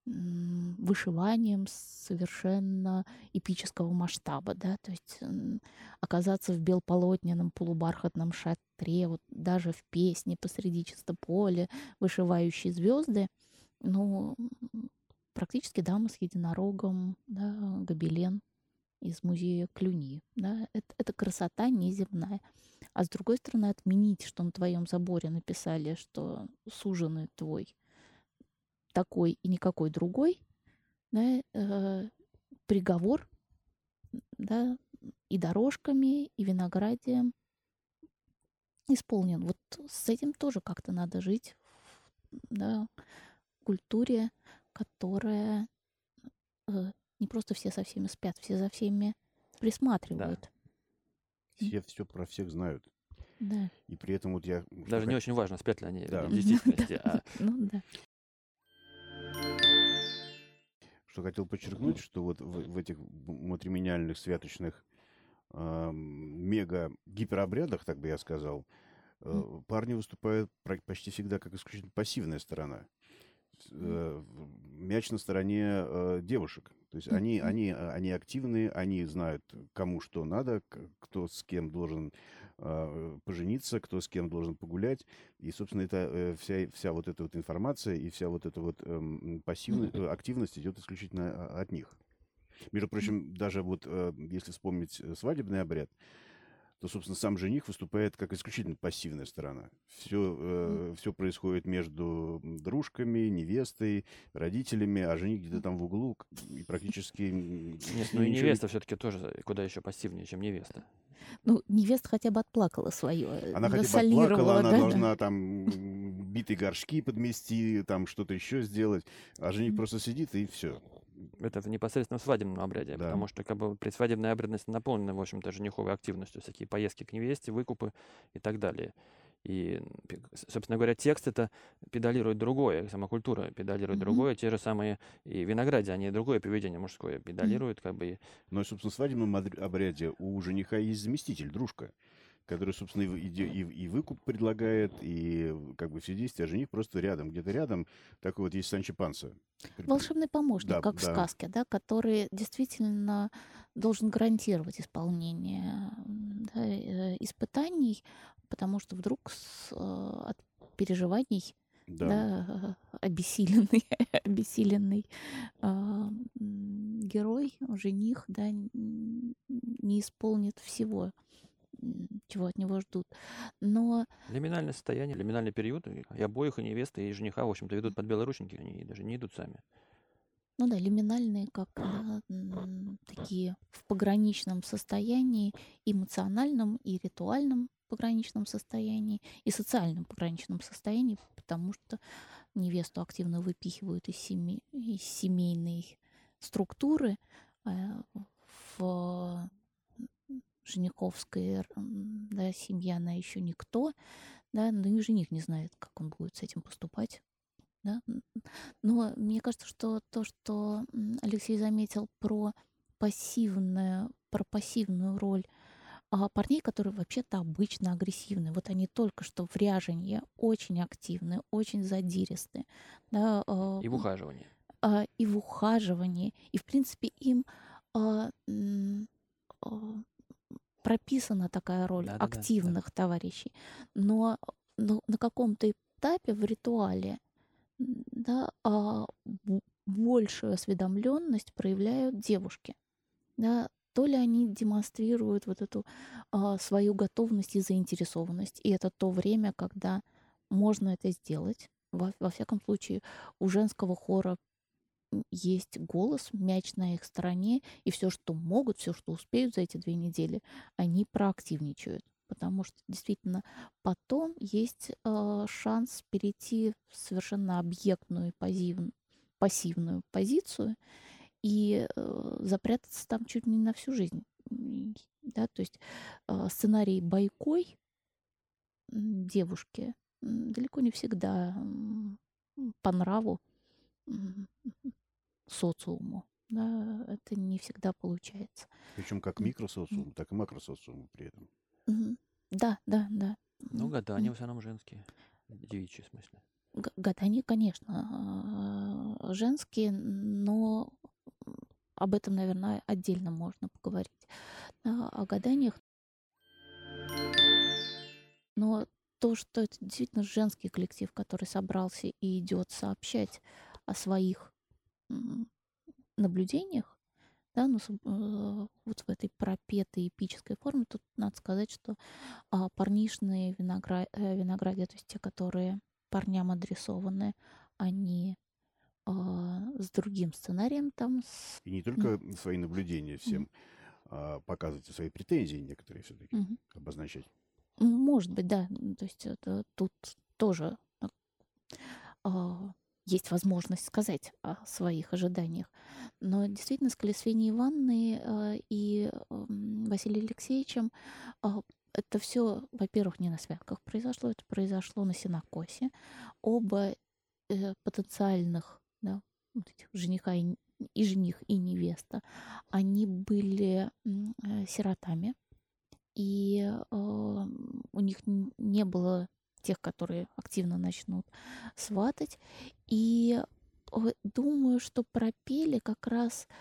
Speaker 2: м, вышиванием совершенно эпического масштаба, да, то есть м, оказаться в белополотняном полубархатном шатре, вот даже в песне посреди чисто поля, вышивающие звезды, ну, м, практически дама с единорогом, да, гобелен из музея Клюни. Да? Это, это красота неземная. А с другой стороны, отменить, что на твоем заборе написали, что суженый твой такой и никакой другой, да, э, приговор, да, и дорожками, и виноградием исполнен. Вот с этим тоже как-то надо жить, да, в культуре, которая э, не просто все со всеми спят, все за всеми
Speaker 4: Да.
Speaker 2: присматривают. М,
Speaker 3: Все все про всех знают.
Speaker 2: Да.
Speaker 3: И при этом вот я... Что
Speaker 4: Даже не
Speaker 3: хот-
Speaker 4: очень важно, спят ли они
Speaker 3: Да.
Speaker 4: в
Speaker 2: Мгм. Да.
Speaker 4: действительности, а
Speaker 2: Ну да.
Speaker 3: Что хотел подчеркнуть, что вот в, в этих м- матримониальных, святочных, ам, мега-гиперобрядах, так бы я сказал,
Speaker 2: М,
Speaker 3: э, парни выступают пра- почти всегда как исключительно пассивная сторона. С-
Speaker 2: м,
Speaker 3: э, в- Мяч на стороне э, девушек. То есть они,
Speaker 2: Мгм.
Speaker 3: они, а, они активны, они знают, кому что надо, к- кто с кем должен а, пожениться, кто с кем должен погулять. И, собственно, это э, вся, вся вот эта вот информация и вся вот эта вот эм, пассивная э, активность идет исключительно а, от них. Между прочим, даже вот э, если вспомнить э, свадебный обряд, то, собственно, сам жених выступает как исключительно пассивная сторона. Все,
Speaker 2: Мгм.
Speaker 3: э, все происходит между м, дружками, невестой, родителями, а жених где-то там в углу к- и практически м,
Speaker 4: Нет,
Speaker 3: с
Speaker 4: ну
Speaker 3: ним
Speaker 4: и
Speaker 3: ничего не...
Speaker 4: невеста все-таки тоже куда еще пассивнее, чем невеста.
Speaker 2: Ну, невеста хотя бы отплакала свое,
Speaker 3: Она хотя бы отплакала,
Speaker 2: насолировала,
Speaker 3: она
Speaker 2: да, да.
Speaker 3: должна там м, битые горшки подмести, там что-то еще сделать, а жених
Speaker 2: М.
Speaker 3: просто сидит и все.
Speaker 4: Это в непосредственно в свадебном обряде,
Speaker 3: Да.
Speaker 4: потому что как бы предсвадебная обрядность наполнена, в общем-то, жениховой активностью, всякие поездки к невесте, выкупы и так далее. И, пи- с- собственно говоря, текст это педалирует другое, сама культура педалирует
Speaker 2: Мгм.
Speaker 4: другое, те же самые и винограде, они другое поведение мужское
Speaker 2: М.
Speaker 4: педалируют, как бы, и
Speaker 3: Но, собственно, в свадебном обр- обряде у жениха есть заместитель, дружка, который, собственно, и, вы- и, де- и, и выкуп предлагает, и как бы все действия, а жених просто рядом, где-то рядом. Такой вот есть Санчо Панса. При- при-
Speaker 2: Волшебный помощник,
Speaker 3: Да,
Speaker 2: как в
Speaker 3: да,
Speaker 2: сказке, да, который действительно должен гарантировать исполнение м, да, э, испытаний, потому что вдруг с, э, от переживаний,
Speaker 3: да.
Speaker 2: да, обессиленный, обессиленный а, м, герой, жених, да, н- не исполнит всего, м, чего от него ждут. Но
Speaker 4: лиминальное состояние, лиминальный период, и и обоих, и невесты, и жениха, в общем-то, ведут под белорученьки, они даже не идут сами.
Speaker 2: ну да, лиминальные, как да, м, такие в пограничном состоянии, эмоциональном и ритуальном пограничном состоянии, и социальном пограничном состоянии, потому что невесту активно выпихивают из, семи- из семейной структуры, э, в жениховской м, да, семье она еще никто, да, но и жених не знает, как он будет с этим поступать. Да? Н- Но мне кажется, что то, что м, Алексей заметил про пассивную, про пассивную роль а, парней, которые вообще-то обычно агрессивны. Вот они только что в ряженье очень активны, очень задиристы. Да, а,
Speaker 4: И в
Speaker 2: м,
Speaker 4: ухаживании.
Speaker 2: а, и в ухаживании. И, в принципе, им а, м, а, прописана такая роль
Speaker 4: Да-да-да, да.
Speaker 2: активных товарищей. Но, но на каком-то этапе в ритуале М, да, а, б большую осведомленность проявляют девушки, да. То ли они демонстрируют вот эту, а, свою готовность и заинтересованность, и это то время, когда можно это сделать. Во во всяком случае, у женского хора, м, есть голос, мяч на их стороне, и все, что могут, все, что успеют за эти две недели, они проактивничают. Потому что действительно потом есть, э, шанс перейти в совершенно объектную позив пассивную позицию и, э, запрятаться там чуть ли не на всю жизнь. М, да, то есть, э, сценарий бойкой, м, девушке, м, далеко не всегда, м, по нраву, м, социуму. Да, это не всегда получается.
Speaker 3: Причем как
Speaker 2: М, м,
Speaker 3: микросоциум, так и макросоциум при этом.
Speaker 2: мгм. Да, да, да.
Speaker 4: Ну,
Speaker 2: М,
Speaker 4: гадания в
Speaker 2: м.
Speaker 4: основном женские, девичьи в смысле.
Speaker 2: Г гадания, конечно, а, женские, но, м, об этом, наверное, отдельно можно поговорить. А, о гаданиях. Но то, что это действительно женский коллектив, который собрался и идет сообщать о своих, м, наблюдениях, да, ну, соб э, вот в этой пропетой эпической форме, тут надо сказать, что, а, парнишные виногра э, винограде, то есть те, которые парням адресованы, они, а, с другим сценарием там, с
Speaker 3: И не
Speaker 2: м,
Speaker 3: только свои наблюдения
Speaker 2: мгм,
Speaker 3: всем, а показывать и свои претензии некоторые все-таки
Speaker 2: мгм.
Speaker 3: обозначать.
Speaker 2: М, может быть, да. М, то есть это тут тоже, а, а, есть возможность сказать о своих ожиданиях. Но действительно, с Колесвеней Ивановной, а, и, м, Василием Алексеевичем, а, это все, во-первых, не на святках произошло, это произошло на сенокосе. Оба, э, потенциальных, да, вот этих жениха и н и жених, и невеста, они были, м, э, сиротами. И, ам, у них н не было тех, которые активно начнут сватать. И, э, думаю, что пропели как раз,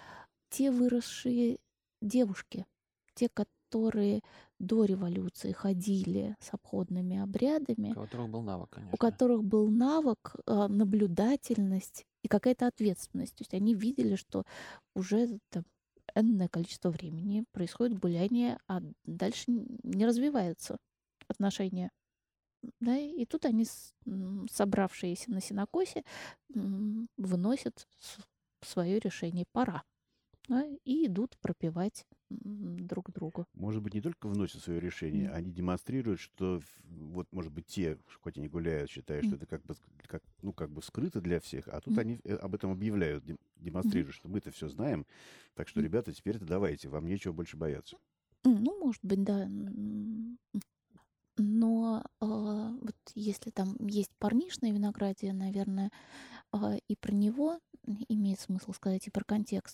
Speaker 2: те выросшие девушки, те, которые до революции ходили с обходными обрядами,
Speaker 4: У которых был навык,
Speaker 2: у
Speaker 4: конечно.
Speaker 2: которых был навык, а, наблюдательность и какая-то ответственность. То есть они видели, что уже там энное количество времени происходит гуляние, а дальше н- не развиваются отношения. Да, и тут они, с- м, собравшиеся на сенокосе, м, выносят свое решение. Пора. Да, и идут пропевать м, друг другу.
Speaker 3: Может быть, не только вносят свое решение,
Speaker 2: М,
Speaker 3: они демонстрируют, что в- вот, может быть, те, хоть они гуляют, считают, что
Speaker 2: м,
Speaker 3: это как бы, ск- как, ну, как бы скрыто для всех, а тут
Speaker 2: м,
Speaker 3: они э, об этом объявляют, дем-
Speaker 2: мгм,
Speaker 3: демонстрируют, что мы-то все знаем, так что,
Speaker 2: м.
Speaker 3: ребята, теперь-то давайте, вам нечего больше бояться.
Speaker 2: М, Ну, может быть, да. м, Но а, вот если там есть парнишное виноградие, наверное, а, и про него имеет смысл сказать, и про контекст.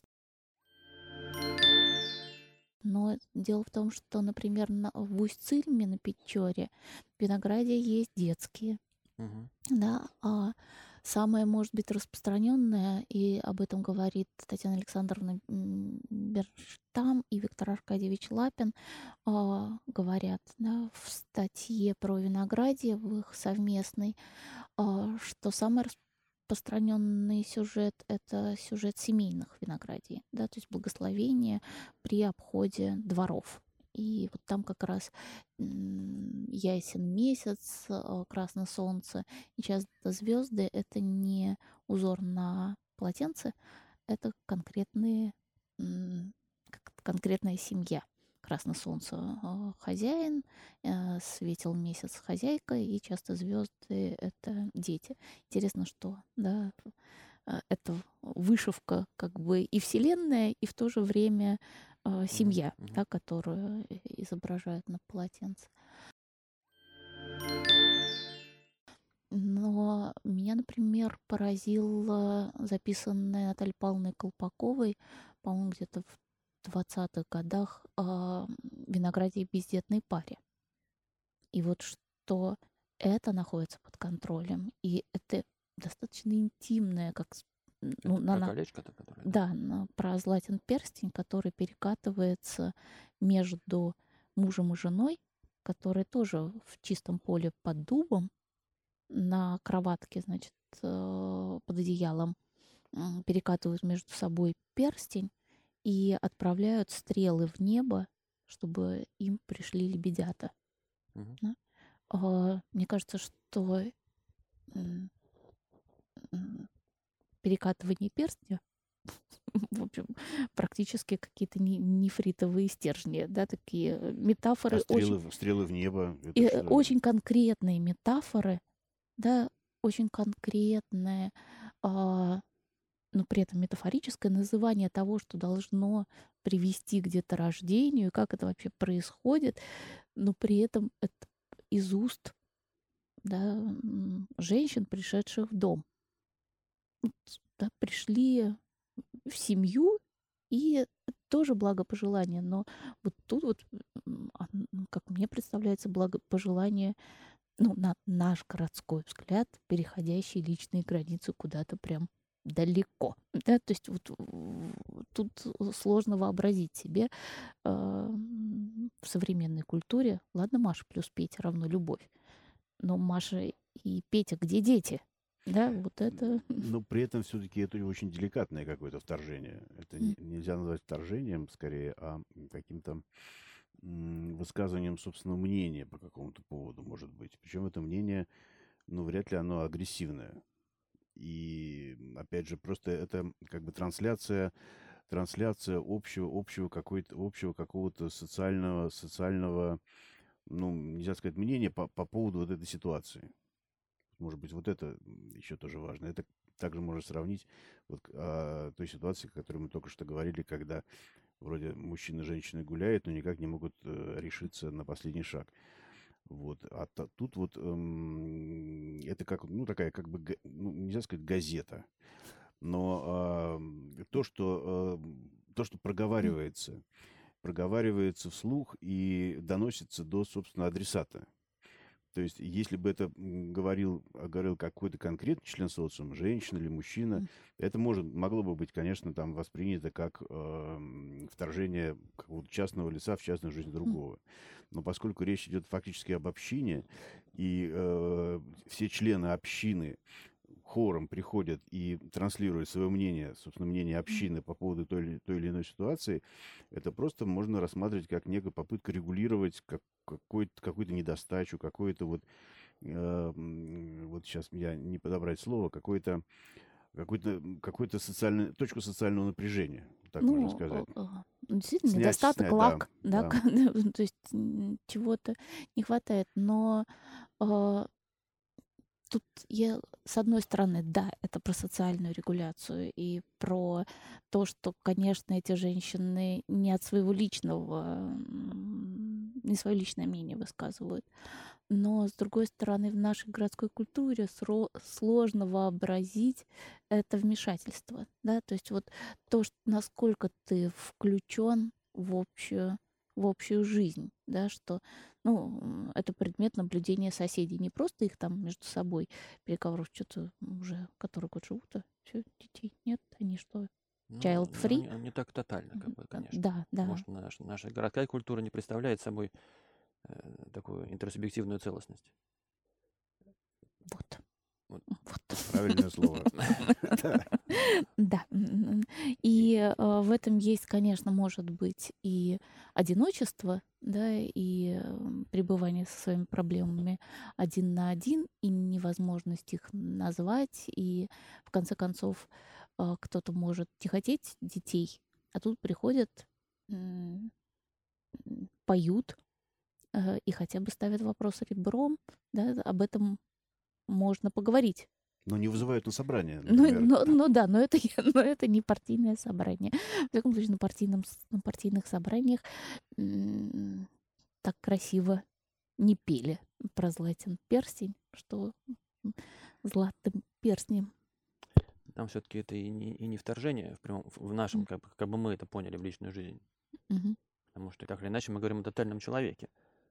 Speaker 2: Но дело в том, что, например, на, в Усть-Цильме на Печоре виноградия есть детские,
Speaker 4: Мгм.
Speaker 2: да, а самое, может быть, распространенное, и об этом говорит Татьяна Александровна м, Берштам и Виктор Аркадьевич Лапин, а, говорят, да, в статье про виноградие в их совместной, а, что самый распространенный сюжет — это сюжет семейных виноградий, да, то есть благословение при обходе дворов. И вот там как раз м, ясен месяц, а, красное солнце и часто звезды — это не узор на полотенце, это конкретные, м, как- конкретная семья. Красное солнце а, хозяин, э, светил месяц хозяйка, и часто звезды — это дети. Интересно, что, да, э, это вышивка как бы и вселенная, и в то же время э,
Speaker 4: Мгм.
Speaker 2: семья,
Speaker 4: Мгм.
Speaker 2: да, которую э, изображают на полотенце. Но меня, например, поразило записанное Натальей Павловной Колпаковой, по-моему, где-то в двадцатых годах, а, «Виноградие бездетной паре». И вот что это находится под контролем, и это достаточно интимное, как с- н- ну,
Speaker 4: Это
Speaker 2: на,
Speaker 4: про
Speaker 2: на-
Speaker 4: колечко-то, которое, да?
Speaker 2: да, на- про златен перстень, который перекатывается между мужем и женой, которые тоже в чистом поле под дубом, на кроватке, значит, э, под одеялом, м, перекатывают между собой перстень и отправляют стрелы в небо, чтобы им пришли лебедята.
Speaker 4: Мгм.
Speaker 2: Да. А, Мне кажется, что м, м, перекатывание перстня, в общем, практически какие-то не- нефритовые стержни, да, такие э,
Speaker 3: А
Speaker 2: метафоры очень,
Speaker 3: стрелы, в- стрелы в небо,
Speaker 2: и,
Speaker 3: это
Speaker 2: э,
Speaker 3: что?
Speaker 2: очень конкретные метафоры, да, очень конкретные, а, но при этом метафорическое называние того, что должно привести к деторождению, как это вообще происходит, но при этом это из уст, да, м, женщин, пришедших в дом. Вот, да, пришли в семью, и тоже благопожелание, но вот тут вот, м, а, м, как мне представляется, благопожелание, ну, на наш городской взгляд, переходящий личные границы куда-то прям далеко. Да, то есть вот в- тут сложно вообразить себе а, м, в современной культуре, ладно, Маша плюс Петя равно любовь, но Маша и Петя, где дети? Да, вот это...
Speaker 3: Но при этом все-таки это очень деликатное какое-то вторжение. Это не- нельзя назвать вторжением, скорее, а каким-то м, высказыванием собственного мнения по какому-то поводу, может быть. Причем это мнение, ну, вряд ли оно агрессивное. И, м, опять же, просто это как бы трансляция, трансляция общего, общего, какой-то, общего какого-то социального, социального, ну, нельзя сказать, мнения по, по поводу вот этой ситуации. Может быть, вот это еще тоже важно. Это также можно сравнить вот к, а, той ситуации, о которой мы только что говорили, когда вроде мужчина и женщина гуляют, но никак не могут э, решиться на последний шаг. Вот. А та- тут вот эм, это как, ну, такая, как бы, га- ну, нельзя сказать, газета. Но ам, то, что, ам, то, что То есть, если бы это м, говорил, а, говорил какой-то конкретный член социума, женщина или мужчина,
Speaker 2: М.
Speaker 3: это может, могло бы быть, конечно, там воспринято как эм, вторжение какого-то частного лица в частную жизнь
Speaker 2: М.
Speaker 3: другого. Но поскольку речь идет фактически об общине, и э, все члены общины хором приходят и транслируют свое мнение, собственно, мнение
Speaker 2: М.
Speaker 3: общины по поводу той или, той или иной ситуации, это просто можно рассматривать как некая попытка регулировать как, какой-то, какую-то недостачу, какое-то вот, э, м, вот сейчас я не подобрать слово, какой-то, какой-то, м, какой-то социальный, точку социального напряжения, так можно
Speaker 2: Ну,
Speaker 3: сказать.
Speaker 2: э, э, действительно,
Speaker 3: Снять,
Speaker 2: недостаток,
Speaker 3: снять, да,
Speaker 2: лак, да,
Speaker 3: да.
Speaker 2: то есть м, чего-то не хватает. Но э, тут я, с одной стороны, да, это про социальную регуляцию и про то, что, конечно, эти женщины не от своего личного, м, не свое личное мнение высказывают. Но, с другой стороны, в нашей городской культуре сро- сложно вообразить это вмешательство, да, то есть вот то, что, насколько ты включен в общую, в общую жизнь, да, что, ну, м, это предмет наблюдения соседей, не просто их там между собой переговоров, что-то уже который год живут, а все, детей нет, они что,
Speaker 4: Ну,
Speaker 2: child
Speaker 4: ну,
Speaker 2: free?
Speaker 4: не, не так тотально, как
Speaker 2: М,
Speaker 4: бы,
Speaker 2: а,
Speaker 4: конечно.
Speaker 2: Да,
Speaker 4: Потому
Speaker 2: да,
Speaker 4: что наш- наша городская культура не представляет собой э, такую интерсубъективную целостность.
Speaker 2: вот,
Speaker 4: Вот.
Speaker 2: вот.
Speaker 3: Правильное слово. Да.
Speaker 2: Да, м, и э, в этом есть, конечно, может быть и одиночество, да, и м, пребывание со своими проблемами один на один, и невозможность их назвать, и в конце концов э, кто-то может тяготеть детей, а тут приходят, м, м, поют э, и хотя бы ставят вопрос ребром, да, об этом можно поговорить.
Speaker 3: Но не вызывают на собрание,
Speaker 2: Ну,
Speaker 3: например.
Speaker 2: ну, ну да, но это, но это не партийное собрание. В всяком случае, на, партийном, с- на партийных собраниях м, так красиво не пели про златен перстень, что м, златым перстнем.
Speaker 4: Там все-таки это и не, и не вторжение в, прямом, в нашем,
Speaker 2: М,
Speaker 4: как, бы- как бы мы это поняли в личную жизнь.
Speaker 2: мгм,
Speaker 4: Потому что, так или иначе, мы говорим о тотальном человеке.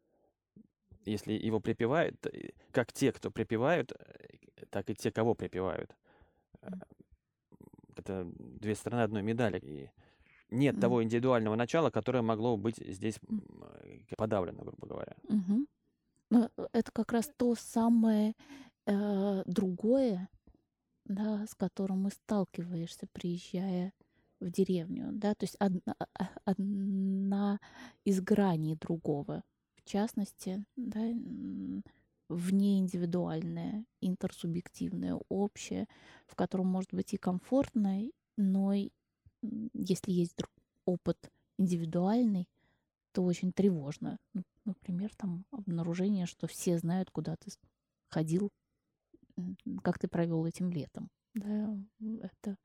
Speaker 4: Если его припевают, э, как те, кто припевают, э, так и те, кого припевают. Э,
Speaker 2: м,
Speaker 4: Это две стороны одной медали. И нет
Speaker 2: м,
Speaker 4: того индивидуального начала, которое могло быть здесь
Speaker 2: м,
Speaker 4: м, э, подавлено, грубо говоря.
Speaker 2: мгм. Но э, это как раз то самое э, другое, да, с которым и сталкиваешься, приезжая в деревню, да, то есть одна, а- а- одна из граней другого, в частности, да, м, внеиндивидуальное, интерсубъективное, общее, в котором может быть и комфортно, но и, м, если есть друг- опыт индивидуальный, то очень тревожно. Ну, например, там обнаружение, что все знают, куда ты с- ходил, м, как ты провел этим летом. Да, это...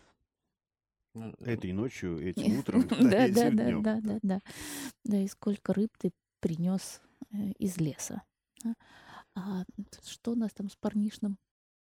Speaker 4: Ну, э,
Speaker 3: Этой ночью, этим утром, да,
Speaker 2: Да, да,
Speaker 3: этим
Speaker 2: да,
Speaker 3: днем.
Speaker 2: да,
Speaker 3: Да.
Speaker 2: да, да. Да, и сколько рыб ты принес из леса. А А что у нас там с парнишным?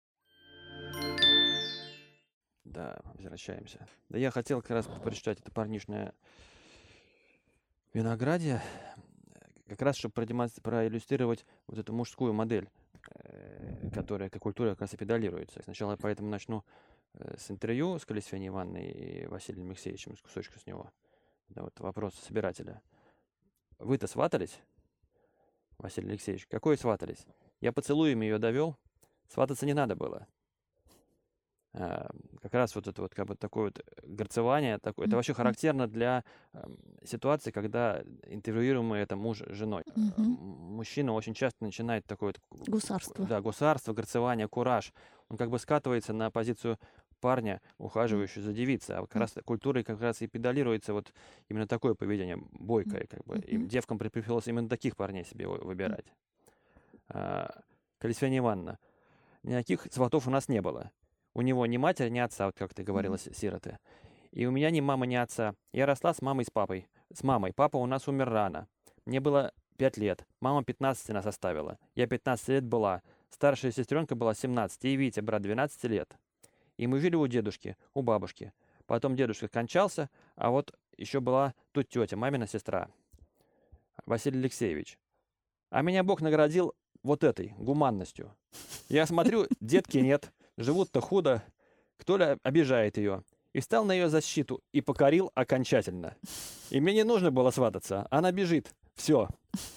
Speaker 4: Да, возвращаемся. Да я хотел как раз прочитать это парнишное виноградие, э, как раз чтобы продемонс- проиллюстрировать вот эту мужскую модель, э, которая как культура как раз и педалируется. Сначала поэтому начну э, с интервью с Калисфенией Ивановной и Василием Алексеевичем, с кусочка с него. Да, вот вопрос собирателя. Вы-то сватались, Василий Алексеевич? Какой сватались? Я поцелуями ее довел. Свататься не надо было. А, как раз вот это вот как бы такое вот горцевание, такое, это вообще
Speaker 2: Мгм.
Speaker 4: характерно для ам, ситуации, когда интервьюируемый это муж с женой. А, м-
Speaker 2: Мгм.
Speaker 4: Мужчина очень часто начинает такое вот, ку- ку-
Speaker 2: Гусарство.
Speaker 4: да, гусарство, горцевание, кураж. Он как бы скатывается на позицию парня,
Speaker 2: М,
Speaker 4: ухаживающего за девицей, а вот как
Speaker 2: м,
Speaker 4: раз культурой как раз и педалируется вот именно такое поведение,
Speaker 2: м,
Speaker 4: бойкое, как бы. Им
Speaker 2: мгм,
Speaker 4: девкам приплюс именно таких парней себе вы-
Speaker 2: м,
Speaker 4: выбирать. А, Калисфения Ивановна, никаких сватов у нас не было. У него ни матери, ни отца, вот как ты говорила,
Speaker 2: мгм,
Speaker 4: с- сироты. И у меня ни мамы, ни отца. Я росла с мамой и с папой. С мамой. Папа у нас умер рано. Мне было пять лет. Мама пятнадцать нас оставила. Я пятнадцать лет была. Старшая сестренка была семнадцать. И Витя, брат, двенадцать лет. И мы жили у дедушки, у бабушки. Потом дедушка скончался, а вот еще была тут тетя, мамина сестра, Василий Алексеевич. А меня Бог наградил вот этой гуманностью. Я смотрю, детки нет, живут-то худо, кто ли обижает ее. И встал на ее защиту и покорил окончательно. И мне не нужно было свататься, она бежит. Все.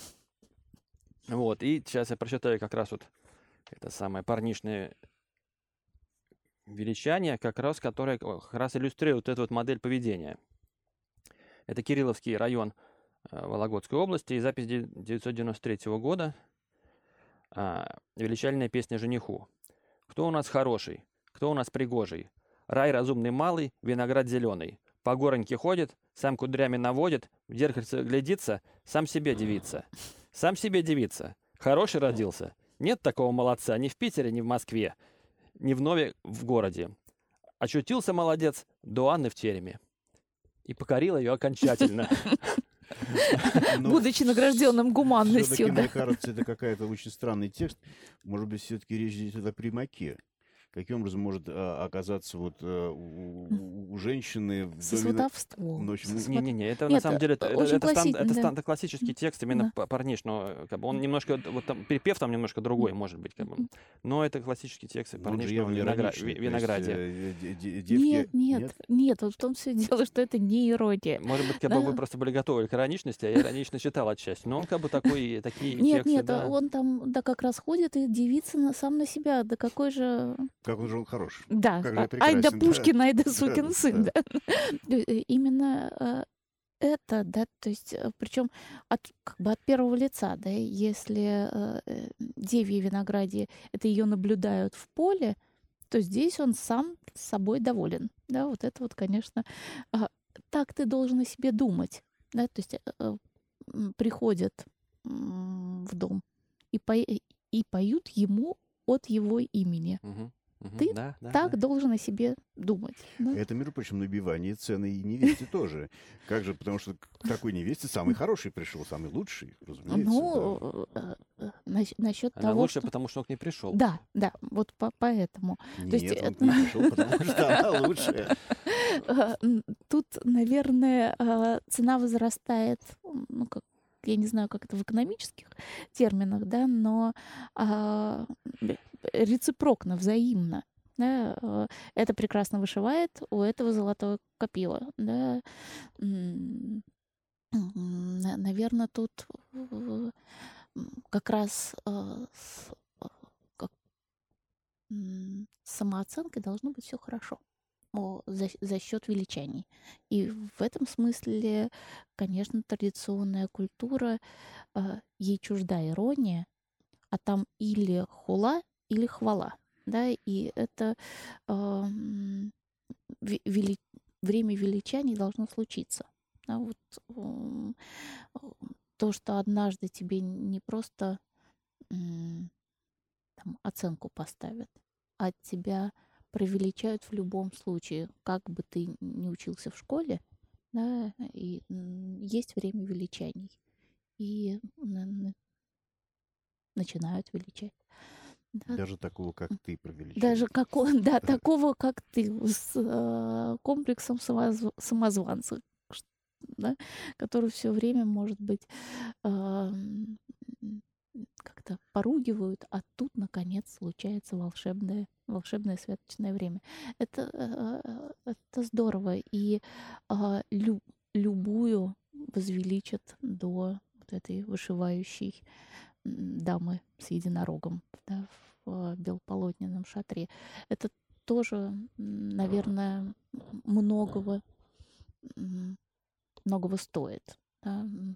Speaker 4: Вот, и сейчас я прочитаю как раз вот это самое парнишное величание, как раз, которое как раз иллюстрирует эту вот модель поведения. Это Кирилловский район э, Вологодской области, и запись тысяча девятьсот девяносто третьего года. А, величальная песня жениху. Кто у нас хороший, кто у нас пригожий? Рай разумный малый, виноград зеленый. По гороньке ходит, сам кудрями наводит, в зеркальце глядится, сам себе девица. Сам себе девица. Хороший родился. Нет такого молодца ни в Питере, ни в Москве, ни в Нове в городе. Очутился молодец до Анны в тереме. И покорил ее окончательно.
Speaker 3: Но
Speaker 2: Будучи награжденным
Speaker 3: все-таки,
Speaker 2: гуманностью.
Speaker 3: мне кажется, это какая-то очень странный текст. Может быть, все-таки речь идет о примаке. Каким образом может а, оказаться вот а, у, у- у женщины в
Speaker 2: Со
Speaker 3: доме на-
Speaker 2: сватовством.
Speaker 3: ночью?
Speaker 2: Со
Speaker 3: Ну,
Speaker 2: сват-
Speaker 4: Не-не-не, это на
Speaker 2: Нет,
Speaker 4: самом деле это, это,
Speaker 2: очень
Speaker 4: это стан-
Speaker 2: класси-
Speaker 4: это
Speaker 2: да.
Speaker 4: стан- это классический текст, именно
Speaker 2: Да.
Speaker 4: па- парниш, но э, как бы он немножко, вот там, припев там немножко другой, может быть, как бы. Но это классический текст
Speaker 3: он же
Speaker 4: парнишного
Speaker 3: явно
Speaker 4: виногра-
Speaker 3: ироничный.
Speaker 4: ви-
Speaker 3: То есть,
Speaker 4: виноградия.
Speaker 3: э, де- де- девки...
Speaker 2: Нет, нет, нет, вот в том все дело, что это не ирония.
Speaker 4: Может быть, как бы вы
Speaker 2: Да.
Speaker 4: просто были готовы к ироничности, а я иронично читал отчасти. Но он как бы такой, такие
Speaker 2: Нет,
Speaker 4: тексты,
Speaker 2: нет,
Speaker 4: да.
Speaker 2: он там, да, как раз ходит и дивится на, сам на себя. Да какой же...
Speaker 3: Как он же он хорош.
Speaker 2: Да,
Speaker 3: Как же
Speaker 2: а- ай да
Speaker 3: прекрасен, да.
Speaker 2: Пушкин, ай да
Speaker 3: Да,
Speaker 2: сукин сын,
Speaker 3: да.
Speaker 2: да. Э, э, Именно э, это, да, то есть, причем от, как бы от первого лица, да, если э, э, девьи винограде это ее наблюдают в поле, то здесь он сам с собой доволен, да, вот это вот, конечно, а, так ты должен о себе думать, да, то есть э, э, м, приходят м, в дом и, пое- и поют ему от его имени.
Speaker 4: Мгм, мгм,
Speaker 2: Ты
Speaker 4: да, да,
Speaker 2: Так
Speaker 4: да.
Speaker 2: должен о себе думать. Да?
Speaker 3: Это, между прочим, набивание цены и невесте тоже. Как же, потому что к такой невесте самый хороший пришел, самый лучший, разумеется. да.
Speaker 2: Ну, э, э, нас- насчет
Speaker 4: Она
Speaker 2: того,
Speaker 4: лучше,
Speaker 2: что...
Speaker 4: потому что он к ней пришел.
Speaker 2: Да, да, вот по- поэтому. есть
Speaker 3: Нет, он
Speaker 2: это-
Speaker 3: к ней пришел, потому что она лучшая.
Speaker 2: Э, м, Тут, наверное, э, цена возрастает, м, ну, как, я не знаю, как это в экономических терминах, да, но а, б- рецепрокно, взаимно. Да, э, это прекрасно вышивает, у этого золотое копило. Да. М, Наверное, тут э, м, как раз э, с э, как, м, с самооценкой должно быть все хорошо о, за, за счет величаний. И в этом смысле, конечно, традиционная культура, э, ей чужда ирония, а там или хула, или хвала. Да, и это э, м, ве- вели- время величаний должно случиться. Да, вот, м, э, то, что однажды тебе не просто м, там, оценку поставят, а тебя провеличают в любом случае, как бы ты ни учился в школе, да, и м, есть время величаний, и на- на- начинают величать. Да,
Speaker 3: Даже такого, как ты, провеличивают.
Speaker 2: даже како- да, такого, как ты, с э, комплексом самозв- самозванца, ш- да, который все время, может быть, ам, м, как-то поругивают, а тут, наконец, случается волшебное, волшебное святочное время. Это, э, это здорово, и а, лю- любую возвеличат до вот этой вышивающей м, дамы с единорогом, да, в белополотняном шатре. Это тоже, м, наверное, м- многого, м, многого стоит. Да. М.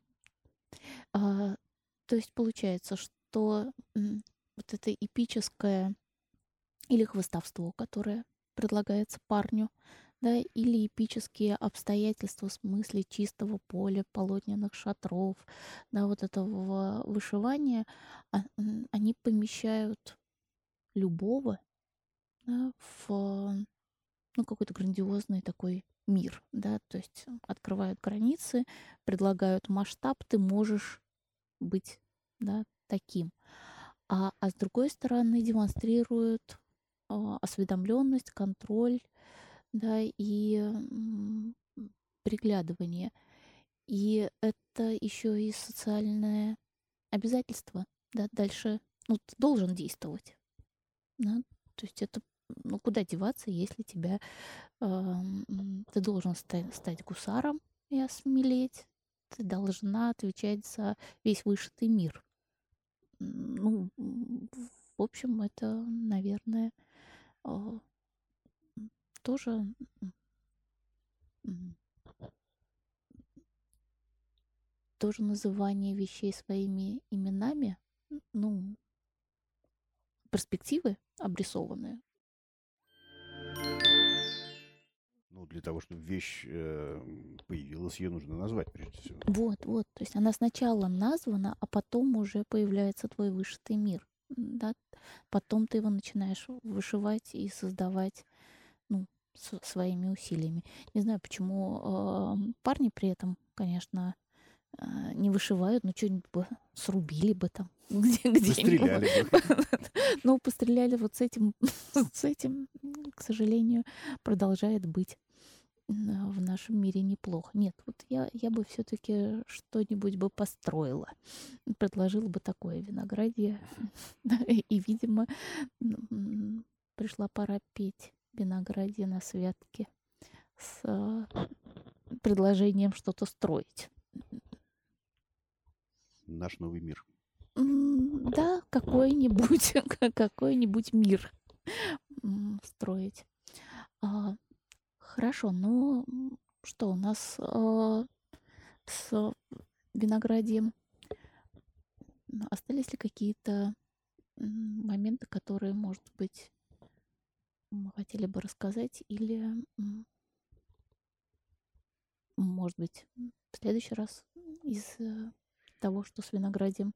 Speaker 2: А, То есть получается, что м, вот это эпическое или хвостовство, которое предлагается парню, да, или эпические обстоятельства в смысле чистого поля, полотняных шатров, да, вот этого вышивания, а, м, они помещают любого, да, в ну, какой-то грандиозный такой мир, да, то есть открывают границы, предлагают масштаб, ты можешь быть, да, таким. А, а с другой стороны демонстрируют а, осведомленность, контроль, да, и м, приглядывание. И это еще и социальное обязательство, да, дальше ну, ты должен действовать. Да? То есть это, ну, куда деваться, если тебя... э, м, ты должен ста- стать гусаром и осмелеть. Ты должна отвечать за весь вышитый мир. М, Ну, м, в общем, это, наверное, э, м, тоже м, м, тоже называние вещей своими именами, м, ну, перспективы обрисованные.
Speaker 3: Ну, для того, чтобы вещь э, появилась, ее нужно назвать прежде всего.
Speaker 2: Вот, вот. То есть она сначала названа, а потом уже появляется твой вышитый мир. м, Да? Потом ты его начинаешь вышивать и создавать, ну, с- своими усилиями. Не знаю, почему э, парни при этом, конечно, э, не вышивают, но что-нибудь бы срубили бы там где- где-нибудь.
Speaker 3: Постреляли бы.
Speaker 2: Ну, постреляли вот с этим, с этим, м, к сожалению, продолжает быть м, в нашем мире неплохо. Нет, вот я, я бы все-таки что-нибудь бы построила. Предложила бы такое виноградье. И, видимо, м, пришла пора петь виноградье на святке с э, предложением что-то строить.
Speaker 3: Наш новый мир.
Speaker 2: М, Да, какой-нибудь, какой-нибудь мир м, строить. А, Хорошо, ну м, что у нас а, с виноградием? М, Остались ли какие-то м, моменты, которые, может быть, мы хотели бы рассказать, или, м, может быть, м, в следующий раз из э, того, что с виноградием?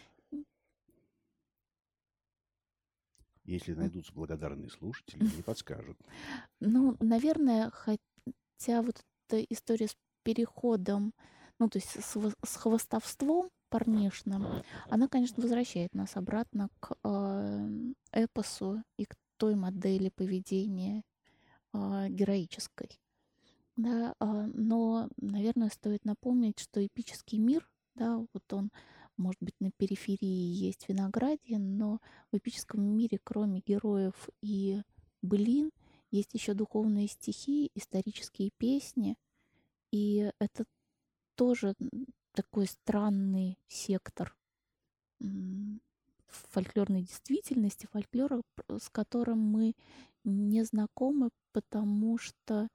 Speaker 3: Если
Speaker 2: М,
Speaker 3: найдутся благодарные слушатели, они подскажут.
Speaker 2: Ну, наверное, хотя вот эта история с переходом, ну, то есть с, хво- с хвостовством парнишным, она, конечно, возвращает нас обратно к э, эпосу и к той модели поведения а, героической. Да, а, но, наверное, стоит напомнить, что эпический мир, да, вот он, может быть, на периферии есть виноградье, но в эпическом мире, кроме героев и былин, есть еще духовные стихи, исторические песни, и это тоже м, такой странный сектор м, фольклорной действительности, фольклора, п- с которым мы не знакомы, потому что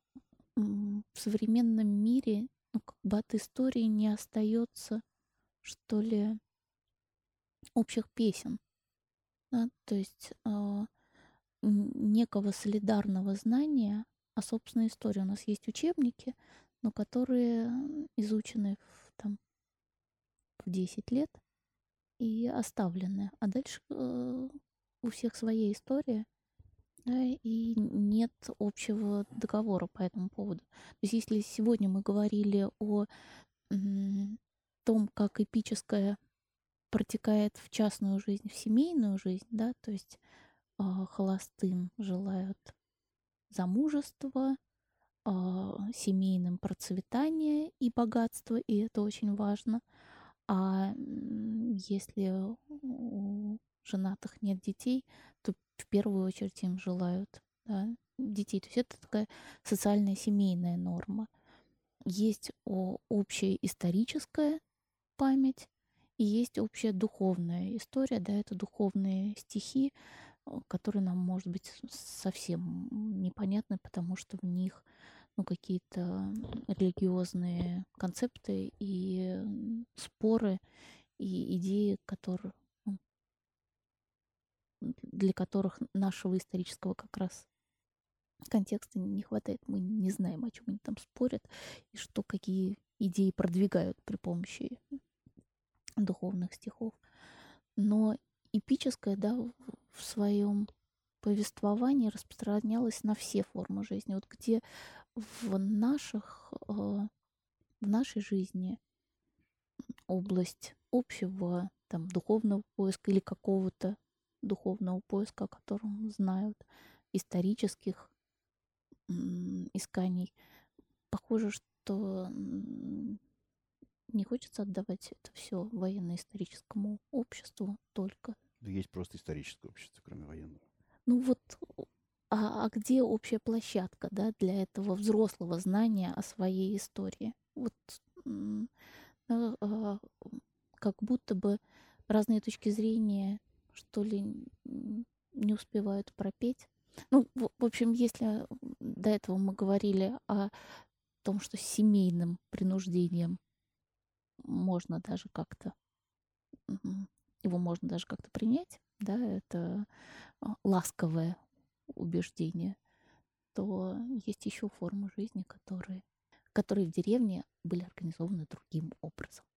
Speaker 2: м, в современном мире, ну, как бы от истории не остается, что ли, общих песен. Да? То есть а, н- некого солидарного знания о собственной истории. У нас есть учебники, но которые м, изучены в, там, в десять лет и оставлены. А дальше э, у всех своя история, да, и нет общего договора по этому поводу. То есть если сегодня мы говорили о м, том, как эпическое протекает в частную жизнь, в семейную жизнь, да, то есть а, холостым желают замужества, а, семейным процветания и богатства, и это очень важно. А м, если у женатых нет детей, то в первую очередь им желают, да, детей. То есть это такая социальная семейная норма. Есть о, общая историческая память, и есть общая духовная история, да, это духовные стихи, э, которые нам, может быть, с- совсем непонятны, потому что в них, ну, какие-то м, религиозные концепты и м, споры, и идеи, которые, ну, для которых нашего исторического как раз контекста не хватает. Мы не знаем, о чем они там спорят, и что, какие идеи продвигают при помощи духовных стихов. Но эпическое, да, в в своем повествовании распространялось на все формы жизни. Вот где в наших, э, в нашей жизни область общего там духовного поиска или какого-то духовного поиска, о котором знают, исторических м, исканий, похоже, что м, не хочется отдавать это все военно-историческому обществу только.
Speaker 3: есть просто историческое общество, кроме военного.
Speaker 2: Ну вот, а, а где общая площадка, да, для этого взрослого знания о своей истории? Вот м, а, а, как будто бы разные точки зрения, что ли, н- не успевают пропеть. Ну, в, в общем, если до этого мы говорили о том, что с семейным принуждением можно даже как-то, мгм, его можно даже как-то принять, да, это а, ласковое убеждение, то есть еще формы жизни, которые, которые в деревне были организованы другим образом.